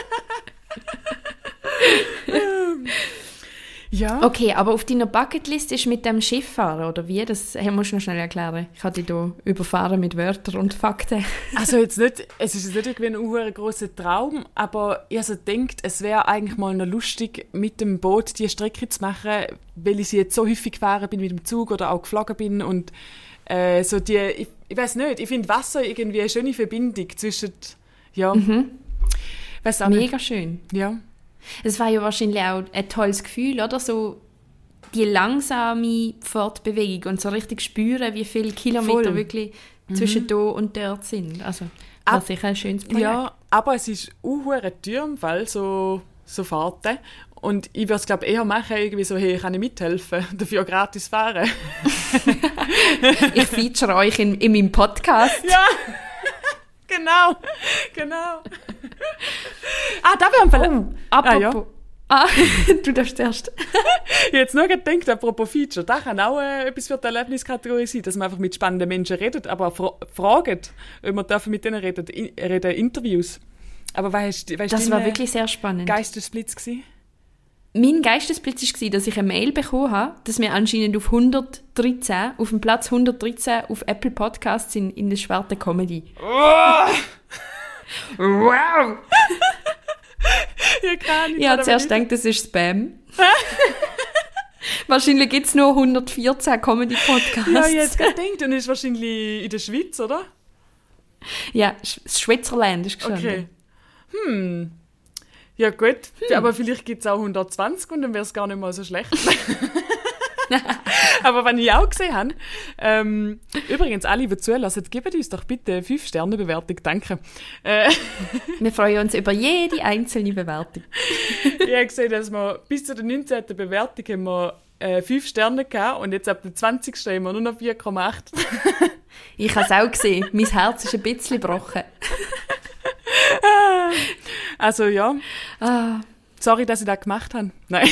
[SPEAKER 2] Ja.
[SPEAKER 4] Okay, aber auf deiner Bucketlist ist mit dem Schifffahren, oder wie? Das musst du noch schnell erklären. Ich habe dich hier überfahren mit Wörtern und Fakten.
[SPEAKER 2] Also jetzt nicht, es ist nicht irgendwie ein ein grosser Traum, aber ich also denkt, es wäre eigentlich mal noch lustig, mit dem Boot diese Strecke zu machen, weil ich sie jetzt so häufig gefahren bin mit dem Zug oder auch geflogen bin und äh, so die, ich, ich weiß nicht, ich finde Wasser irgendwie eine schöne Verbindung zwischen, ja,
[SPEAKER 4] mhm.
[SPEAKER 2] weiss auch
[SPEAKER 4] Mega
[SPEAKER 2] nicht.
[SPEAKER 4] schön.
[SPEAKER 2] Ja.
[SPEAKER 4] Es war ja wahrscheinlich auch ein tolles Gefühl, oder? So die langsame Fortbewegung und so richtig spüren, wie viele Kilometer Voll. wirklich mhm. zwischen da und dort sind. Also, das war sicher ein schönes Projekt.
[SPEAKER 2] Ja, aber es ist auch ein teuer im Fall, so, so Fahrten. Und ich würde es, glaube ich, eher machen, irgendwie so, hey, kann ich mithelfen? Dafür gratis fahren.
[SPEAKER 4] Ich feature euch in, in meinem Podcast.
[SPEAKER 2] Ja, genau, genau. Ah, da wäre ein Fall.
[SPEAKER 4] Oh, apropos. Ah, ja. ah, du darfst zuerst.
[SPEAKER 2] Ich habe jetzt nur gedacht, apropos Feature, das kann auch äh, etwas für die Erlebniskategorie sein, dass man einfach mit spannenden Menschen redet, aber fra- fragt, ob man dürfen mit denen reden, in, reden Interviews. Aber weißt, weißt
[SPEAKER 4] das war wirklich sehr spannend.
[SPEAKER 2] Geistesblitz gewesen?
[SPEAKER 4] mein Geistesblitz war, dass ich eine Mail bekommen habe, dass wir anscheinend auf hundertdreizehn, auf dem Platz hundertdreizehn auf Apple Podcasts sind in der schwarzen Comedy.
[SPEAKER 2] Oh!
[SPEAKER 4] Wow!
[SPEAKER 2] Ich kann nicht.
[SPEAKER 4] Ich habe zuerst gedacht, das ist Spam. Wahrscheinlich gibt es nur hundertvierzehn Comedy-Podcasts.
[SPEAKER 2] Ja, jetzt gerade gedacht, und ist wahrscheinlich in der Schweiz, oder?
[SPEAKER 4] Ja, das Schweizerland ist gestanden.
[SPEAKER 2] Okay. Hm. Ja gut, hm. aber vielleicht gibt es auch hundertzwanzig und dann wäre es gar nicht mal so schlecht. Aber wenn ich auch gesehen habe, ähm, übrigens, alle, die zulassen, gebt uns doch bitte eine fünf Sterne Bewertung, danke. Äh,
[SPEAKER 4] wir freuen uns über jede einzelne Bewertung.
[SPEAKER 2] Ich habe gesehen, dass wir bis zu der neunzehnten Bewertung haben wir äh, fünf Sterne gehabt und jetzt ab der zwanzigsten haben wir nur noch vier Komma acht.
[SPEAKER 4] Ich habe es auch gesehen, mein Herz ist ein bisschen gebrochen.
[SPEAKER 2] Also ja,
[SPEAKER 4] ah.
[SPEAKER 2] sorry, dass ich das gemacht habe. Nein.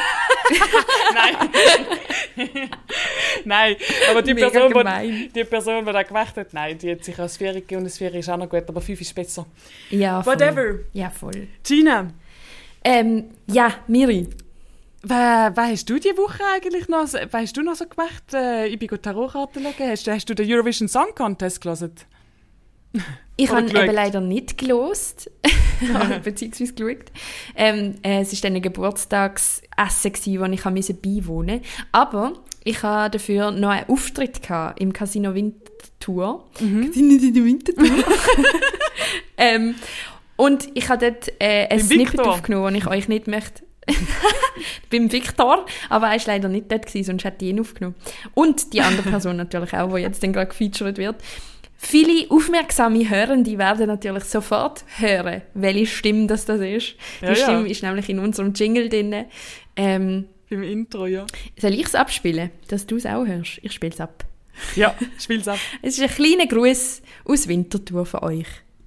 [SPEAKER 2] Nein. Nein, aber die Person, die, die Person, die das gemacht hat, nein, die hat sich als Sphäre gegeben und eine Sphäre ist auch noch gut, aber fünf ist besser.
[SPEAKER 4] Ja, voll.
[SPEAKER 2] Whatever.
[SPEAKER 4] Ja, voll.
[SPEAKER 2] Gina.
[SPEAKER 4] Ähm, ja, Miri.
[SPEAKER 2] Was, was hast du diese Woche eigentlich noch, was hast du noch so gemacht? Äh, ich bin Tarotkarten legen. Hast, hast du den Eurovision Song Contest gelesen?
[SPEAKER 4] Ich habe eben leider nicht gelost, beziehungsweise geschaut. Ähm, äh, es war dann ein Geburtstagsessen, wo ich beiwohnen musste. Aber ich hatte dafür noch einen Auftritt gehabt im Casino Winterthur. Mhm. Casino Winterthur. ähm, und ich habe dort äh, ein Snippet Victor. aufgenommen, das ich euch nicht möchte. Beim Victor, aber er war leider nicht dort, sonst hätte ich ihn aufgenommen. Und die andere Person natürlich auch, die jetzt dann gerade gefeatured wird. Viele aufmerksame Hörende werden natürlich sofort hören, welche Stimme das, das ist. Die ja, Stimme ja. ist nämlich in unserem Jingle drin. Ähm,
[SPEAKER 2] Beim Intro, ja.
[SPEAKER 4] Soll ich es abspielen, dass du es auch hörst? Ich spiele es ab.
[SPEAKER 2] Ja, spiel es ab.
[SPEAKER 4] Es ist ein kleiner Gruß aus Winterthur von euch.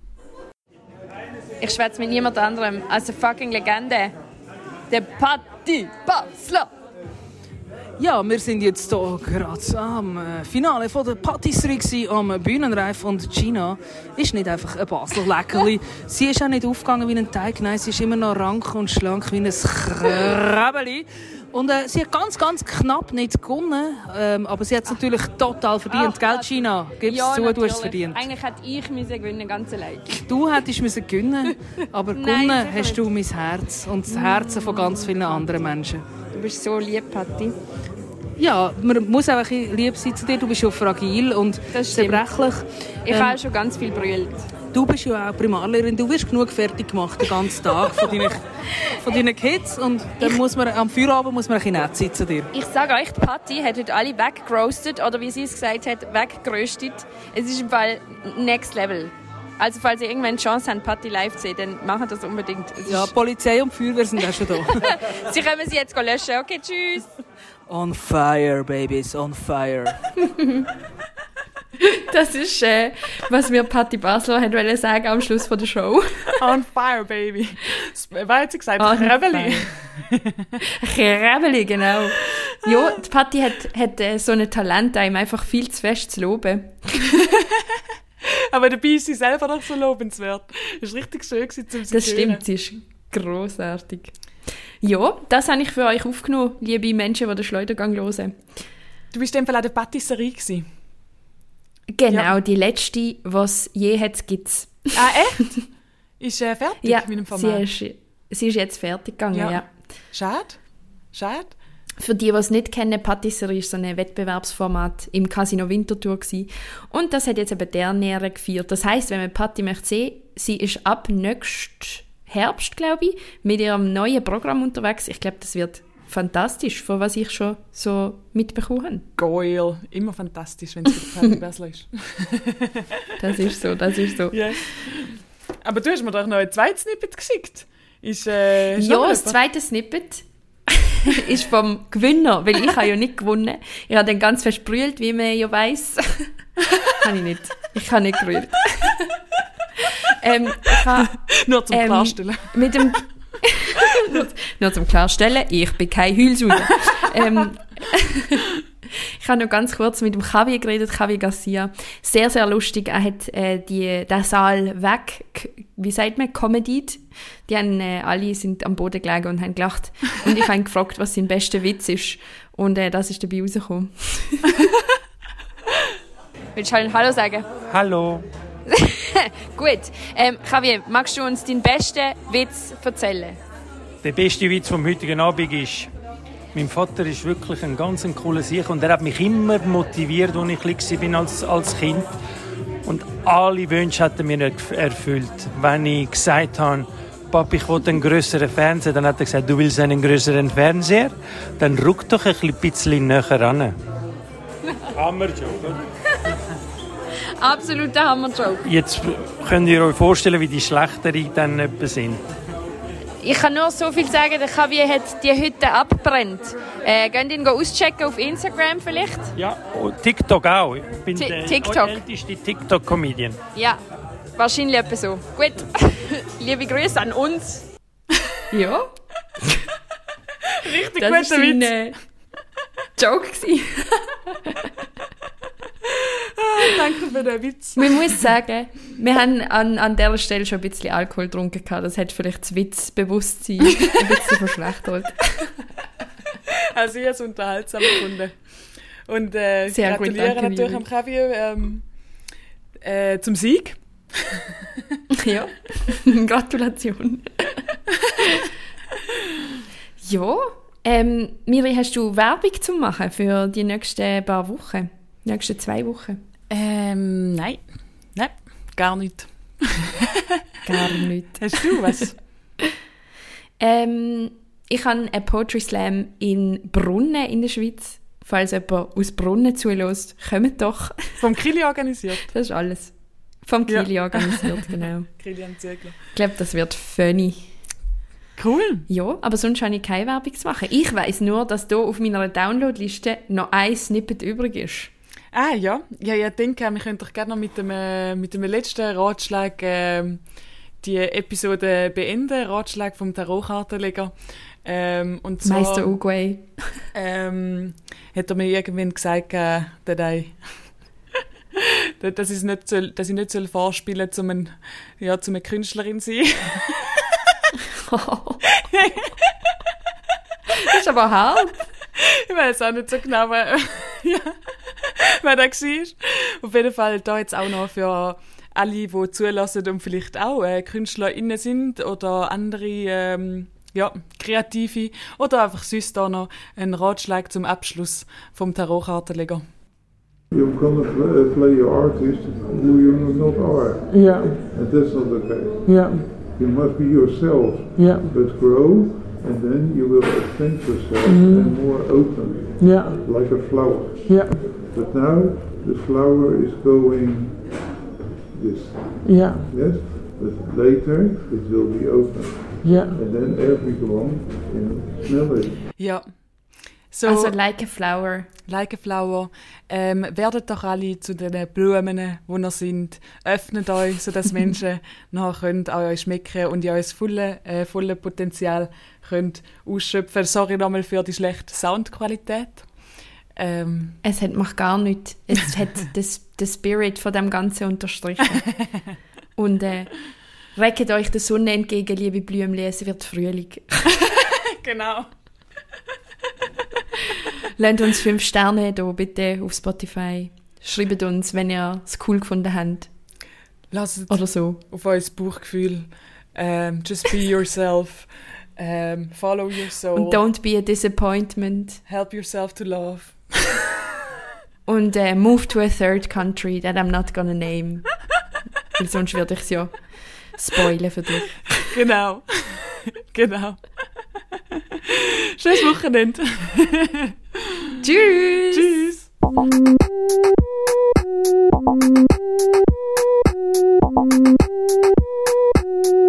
[SPEAKER 4] Ich schwätze mit niemand anderem als eine fucking Legende. Der Patti Basler.
[SPEAKER 8] Ja, wir sind jetzt hier gerade am Finale von der Patisserie am Bühnenreif und Gina ist nicht einfach ein Basler Leckerli. Sie ist auch nicht aufgegangen wie ein Teig, nein, sie ist immer noch rank und schlank wie ein Krabbeli. Und äh, sie hat ganz, ganz knapp nicht gewonnen, ähm, aber sie hat es natürlich total verdient, Ach, gell Gina? Gib es ja, zu, natürlich. Du hast es verdient.
[SPEAKER 4] Eigentlich hätte ich müssen gewinnen, ganz allein.
[SPEAKER 8] Du hättest müssen gewinnen, aber gewonnen Nein, hast du mein Herz und das Herzen von ganz vielen anderen Menschen.
[SPEAKER 4] Du bist so lieb, Patti.
[SPEAKER 8] Ja, man muss auch ein bisschen lieb sein zu dir. Du bist ja fragil und zerbrechlich.
[SPEAKER 4] Ich ähm, habe schon ganz viel brüllt.
[SPEAKER 8] Du bist ja auch Primarlehrerin. Du wirst genug fertig gemacht den ganzen Tag von deinen, von deinen Kids. Und dann ich, muss man, am Feierabend muss man ein bisschen nett sein zu dir.
[SPEAKER 4] Ich sage euch, die Patti hat heute alle weggeroastet oder wie sie es gesagt hat, weggeröstet. Es ist im Fall next level. Also falls ihr irgendwann eine Chance habt, Patti live zu sehen, dann macht das unbedingt. Es
[SPEAKER 8] ja, Polizei und Feuerwehr sind auch schon da.
[SPEAKER 4] Sie können sie jetzt löschen. Okay, tschüss.
[SPEAKER 8] On fire, babies, on fire.
[SPEAKER 4] Das ist, äh, was mir Patti Basler hat wollte sagen am Schluss von der Show.
[SPEAKER 2] On fire, baby. Was hat sie gesagt? Krabbeli.
[SPEAKER 4] Krabbeli, genau. Ja, die Patti hat, hat äh, so ein Talent, einem einfach viel zu fest zu loben.
[SPEAKER 2] Aber dabei ist sie selber doch so lobenswert. Das war richtig schön, um sie zu hören.
[SPEAKER 4] Das stimmt, sie ist grossartig. Ja, das habe ich für euch aufgenommen, liebe Menschen, die den Schleudergang hören.
[SPEAKER 2] Du bist in dem Fall auch der Patisserie gewesen.
[SPEAKER 4] Genau, ja. Die letzte, die es je hat, gibt es.
[SPEAKER 2] Ah, echt? Ist äh, fertig
[SPEAKER 4] ja,
[SPEAKER 2] mit dem Format?
[SPEAKER 4] Sie ist, sie ist jetzt fertig gegangen, ja. ja.
[SPEAKER 2] Schade. Schade.
[SPEAKER 4] Für die, die es nicht kennen, Patisserie ist so ein Wettbewerbsformat im Casino Winterthur gewesen. Und das hat jetzt eben der Nähere geführt. Das heisst, wenn man Patti möchte sehen, sie ist ab nächstem Herbst, glaube ich, mit ihrem neuen Programm unterwegs. Ich glaube, das wird fantastisch, von was ich schon so mitbekommen habe.
[SPEAKER 2] Geil. Immer fantastisch, wenn es für die Patti Basler ist.
[SPEAKER 4] Das ist so, das ist so.
[SPEAKER 2] Yeah. Aber du hast mir doch noch ein zweites Snippet geschickt. Ist, äh,
[SPEAKER 4] ja, das zweite Snippet ist vom Gewinner, weil ich habe ja nicht gewonnen. Ich habe dann ganz versprüht, wie man ja weiss. Habe ich nicht. Ich habe nicht gerührt. ähm, ich habe,
[SPEAKER 2] nur zum
[SPEAKER 4] ähm,
[SPEAKER 2] Klarstellen.
[SPEAKER 4] Mit dem nur, nur zum Klarstellen, ich bin kein Heulsude. ähm, Ich habe noch ganz kurz mit dem Javi geredet, Javi Garcia. Sehr, sehr lustig. Er hat äh, die, den Saal weg, wie sagt man, comedied. Die haben, äh, alle sind am Boden gelegen und haben gelacht. Und ich habe ihn gefragt, was sein bester Witz ist. Und äh, das ist dabei rausgekommen. Willst du halt Hallo sagen?
[SPEAKER 9] Hallo.
[SPEAKER 4] Gut. Ähm, Javier, magst du uns deinen besten Witz erzählen?
[SPEAKER 9] Der beste Witz vom heutigen Abend ist, mein Vater ist wirklich ein ganz cooler Sieg und er hat mich immer motiviert, als ich klein war als, als Kind. Und alle Wünsche hat er mir nicht erfüllt. Wenn ich gesagt habe, Papa, ich will einen grösseren Fernseher, dann hat er gesagt, du willst einen grösseren Fernseher? Dann rück doch ein bisschen näher ran. Hammerjoke, oder?
[SPEAKER 4] Absoluter Hammerjoke.
[SPEAKER 9] Jetzt könnt ihr euch vorstellen, wie die Schlechteren dann etwa sind.
[SPEAKER 4] Ich kann nur so viel sagen, der Javier hat die Hütte abgebrannt. Äh, könnt ihr ihn auschecken auf Instagram vielleicht?
[SPEAKER 9] Ja, und TikTok auch. Ich bin
[SPEAKER 4] T-
[SPEAKER 9] der
[SPEAKER 4] TikTok.
[SPEAKER 9] älteste TikTok-Comedian.
[SPEAKER 4] Ja, wahrscheinlich etwa so. Gut, liebe Grüße an uns. Ja.
[SPEAKER 2] Richtig
[SPEAKER 4] Das
[SPEAKER 2] guter
[SPEAKER 4] war ein
[SPEAKER 2] Witz.
[SPEAKER 4] äh, Joke gewesen.
[SPEAKER 2] Danke für den Witz.
[SPEAKER 4] Man muss sagen, wir haben an, an dieser Stelle schon ein bisschen Alkohol getrunken. Das hat vielleicht das Witzbewusstsein ein bisschen verschlechtert.
[SPEAKER 2] Also ich habe es unterhaltsam gefunden. Und äh,
[SPEAKER 4] Sehr gut,
[SPEAKER 2] gratuliere
[SPEAKER 4] danke,
[SPEAKER 2] natürlich
[SPEAKER 4] Vivi.
[SPEAKER 2] am Javier ähm, äh, zum Sieg.
[SPEAKER 4] Ja, Gratulation. Ja, ähm, Miri, hast du Werbung zu machen für die nächsten paar Wochen? Die nächsten zwei Wochen?
[SPEAKER 2] Ähm, nein. Nein, gar nicht.
[SPEAKER 4] Gar nicht.
[SPEAKER 2] Hast du was?
[SPEAKER 4] ähm, ich habe einen Poetry Slam in Brunnen in der Schweiz. Falls jemand aus Brunnen zuhört, kommt doch.
[SPEAKER 2] Vom Kili organisiert.
[SPEAKER 4] Das ist alles. Vom Kili
[SPEAKER 2] Ja.
[SPEAKER 4] organisiert, genau.
[SPEAKER 2] Kilian Ziegler.
[SPEAKER 4] Ich glaube, das wird funny.
[SPEAKER 2] Cool.
[SPEAKER 4] Ja, aber sonst habe ich keine Werbung zu machen. Ich weiss nur, dass hier auf meiner Downloadliste noch ein Snippet übrig ist.
[SPEAKER 2] Ah ja, ja, ich denke, wir können doch gerne noch mit dem, äh, mit dem letzten Ratschlag äh, die Episode beenden. Ratschlag vom Tarotkartenleger. Ähm, und zwar,
[SPEAKER 4] Meister Uguay.
[SPEAKER 2] Ähm, hat er mir irgendwann gesagt, äh, dass, ich, dass, ich nicht soll, dass ich nicht soll vorspielen soll, um, ein, ja, um eine Künstlerin zu sein.
[SPEAKER 4] Das ist aber hart.
[SPEAKER 2] Ich weiß auch nicht so genau, wer, ja, wer das war. Auf jeden Fall da jetzt auch noch für alle, die zulassen und vielleicht auch äh, KünstlerInnen sind oder andere ähm, ja, Kreative oder einfach sonst da noch einen Ratschlag zum Abschluss vom Tarotkartenleger.
[SPEAKER 6] You cannot play, play your artist who you not are.
[SPEAKER 7] Yeah,
[SPEAKER 6] And that's not okay.
[SPEAKER 7] yeah,
[SPEAKER 6] You must be yourself,
[SPEAKER 7] yeah,
[SPEAKER 6] but grow, and then you will extend yourself and more open,
[SPEAKER 7] yeah,
[SPEAKER 6] like a flower.
[SPEAKER 7] yeah,
[SPEAKER 6] But now the flower is going this,
[SPEAKER 7] yeah,
[SPEAKER 6] yes? But later it will be open.
[SPEAKER 7] yeah.
[SPEAKER 6] And then everyone can smell it.
[SPEAKER 2] Ja. So,
[SPEAKER 4] Also like a flower.
[SPEAKER 2] like a flower. Ähm, werdet doch alle zu den Blumen, die ihr sind. Öffnet euch, sodass Menschen nachher können an euch schmecken und ihr euer volle, äh, volle Potenzial könnt ausschöpfen. Sorry nochmal für die schlechte Soundqualität. Ähm,
[SPEAKER 4] Es hat mich gar nicht. Es hat das, den Spirit von dem Ganzen unterstrichen. Und äh, reckt euch der Sonne entgegen, liebe Blümchen, es wird Frühling.
[SPEAKER 2] genau.
[SPEAKER 4] Lasst uns fünf Sterne hier bitte auf Spotify. Schreibt uns, wenn ihr es cool gefunden habt.
[SPEAKER 2] Lasst
[SPEAKER 4] Oder so.
[SPEAKER 2] auf euer Bauchgefühl. Ähm, just be yourself. Ähm, follow your soul.
[SPEAKER 4] Und don't be a disappointment.
[SPEAKER 2] Help yourself to love.
[SPEAKER 4] Und äh, move to a third country that I'm not gonna name. Weil sonst würde ich es ja spoilen für dich.
[SPEAKER 2] Genau. genau. Schönes Wochenende.
[SPEAKER 4] Tschüss!
[SPEAKER 2] Tschüss!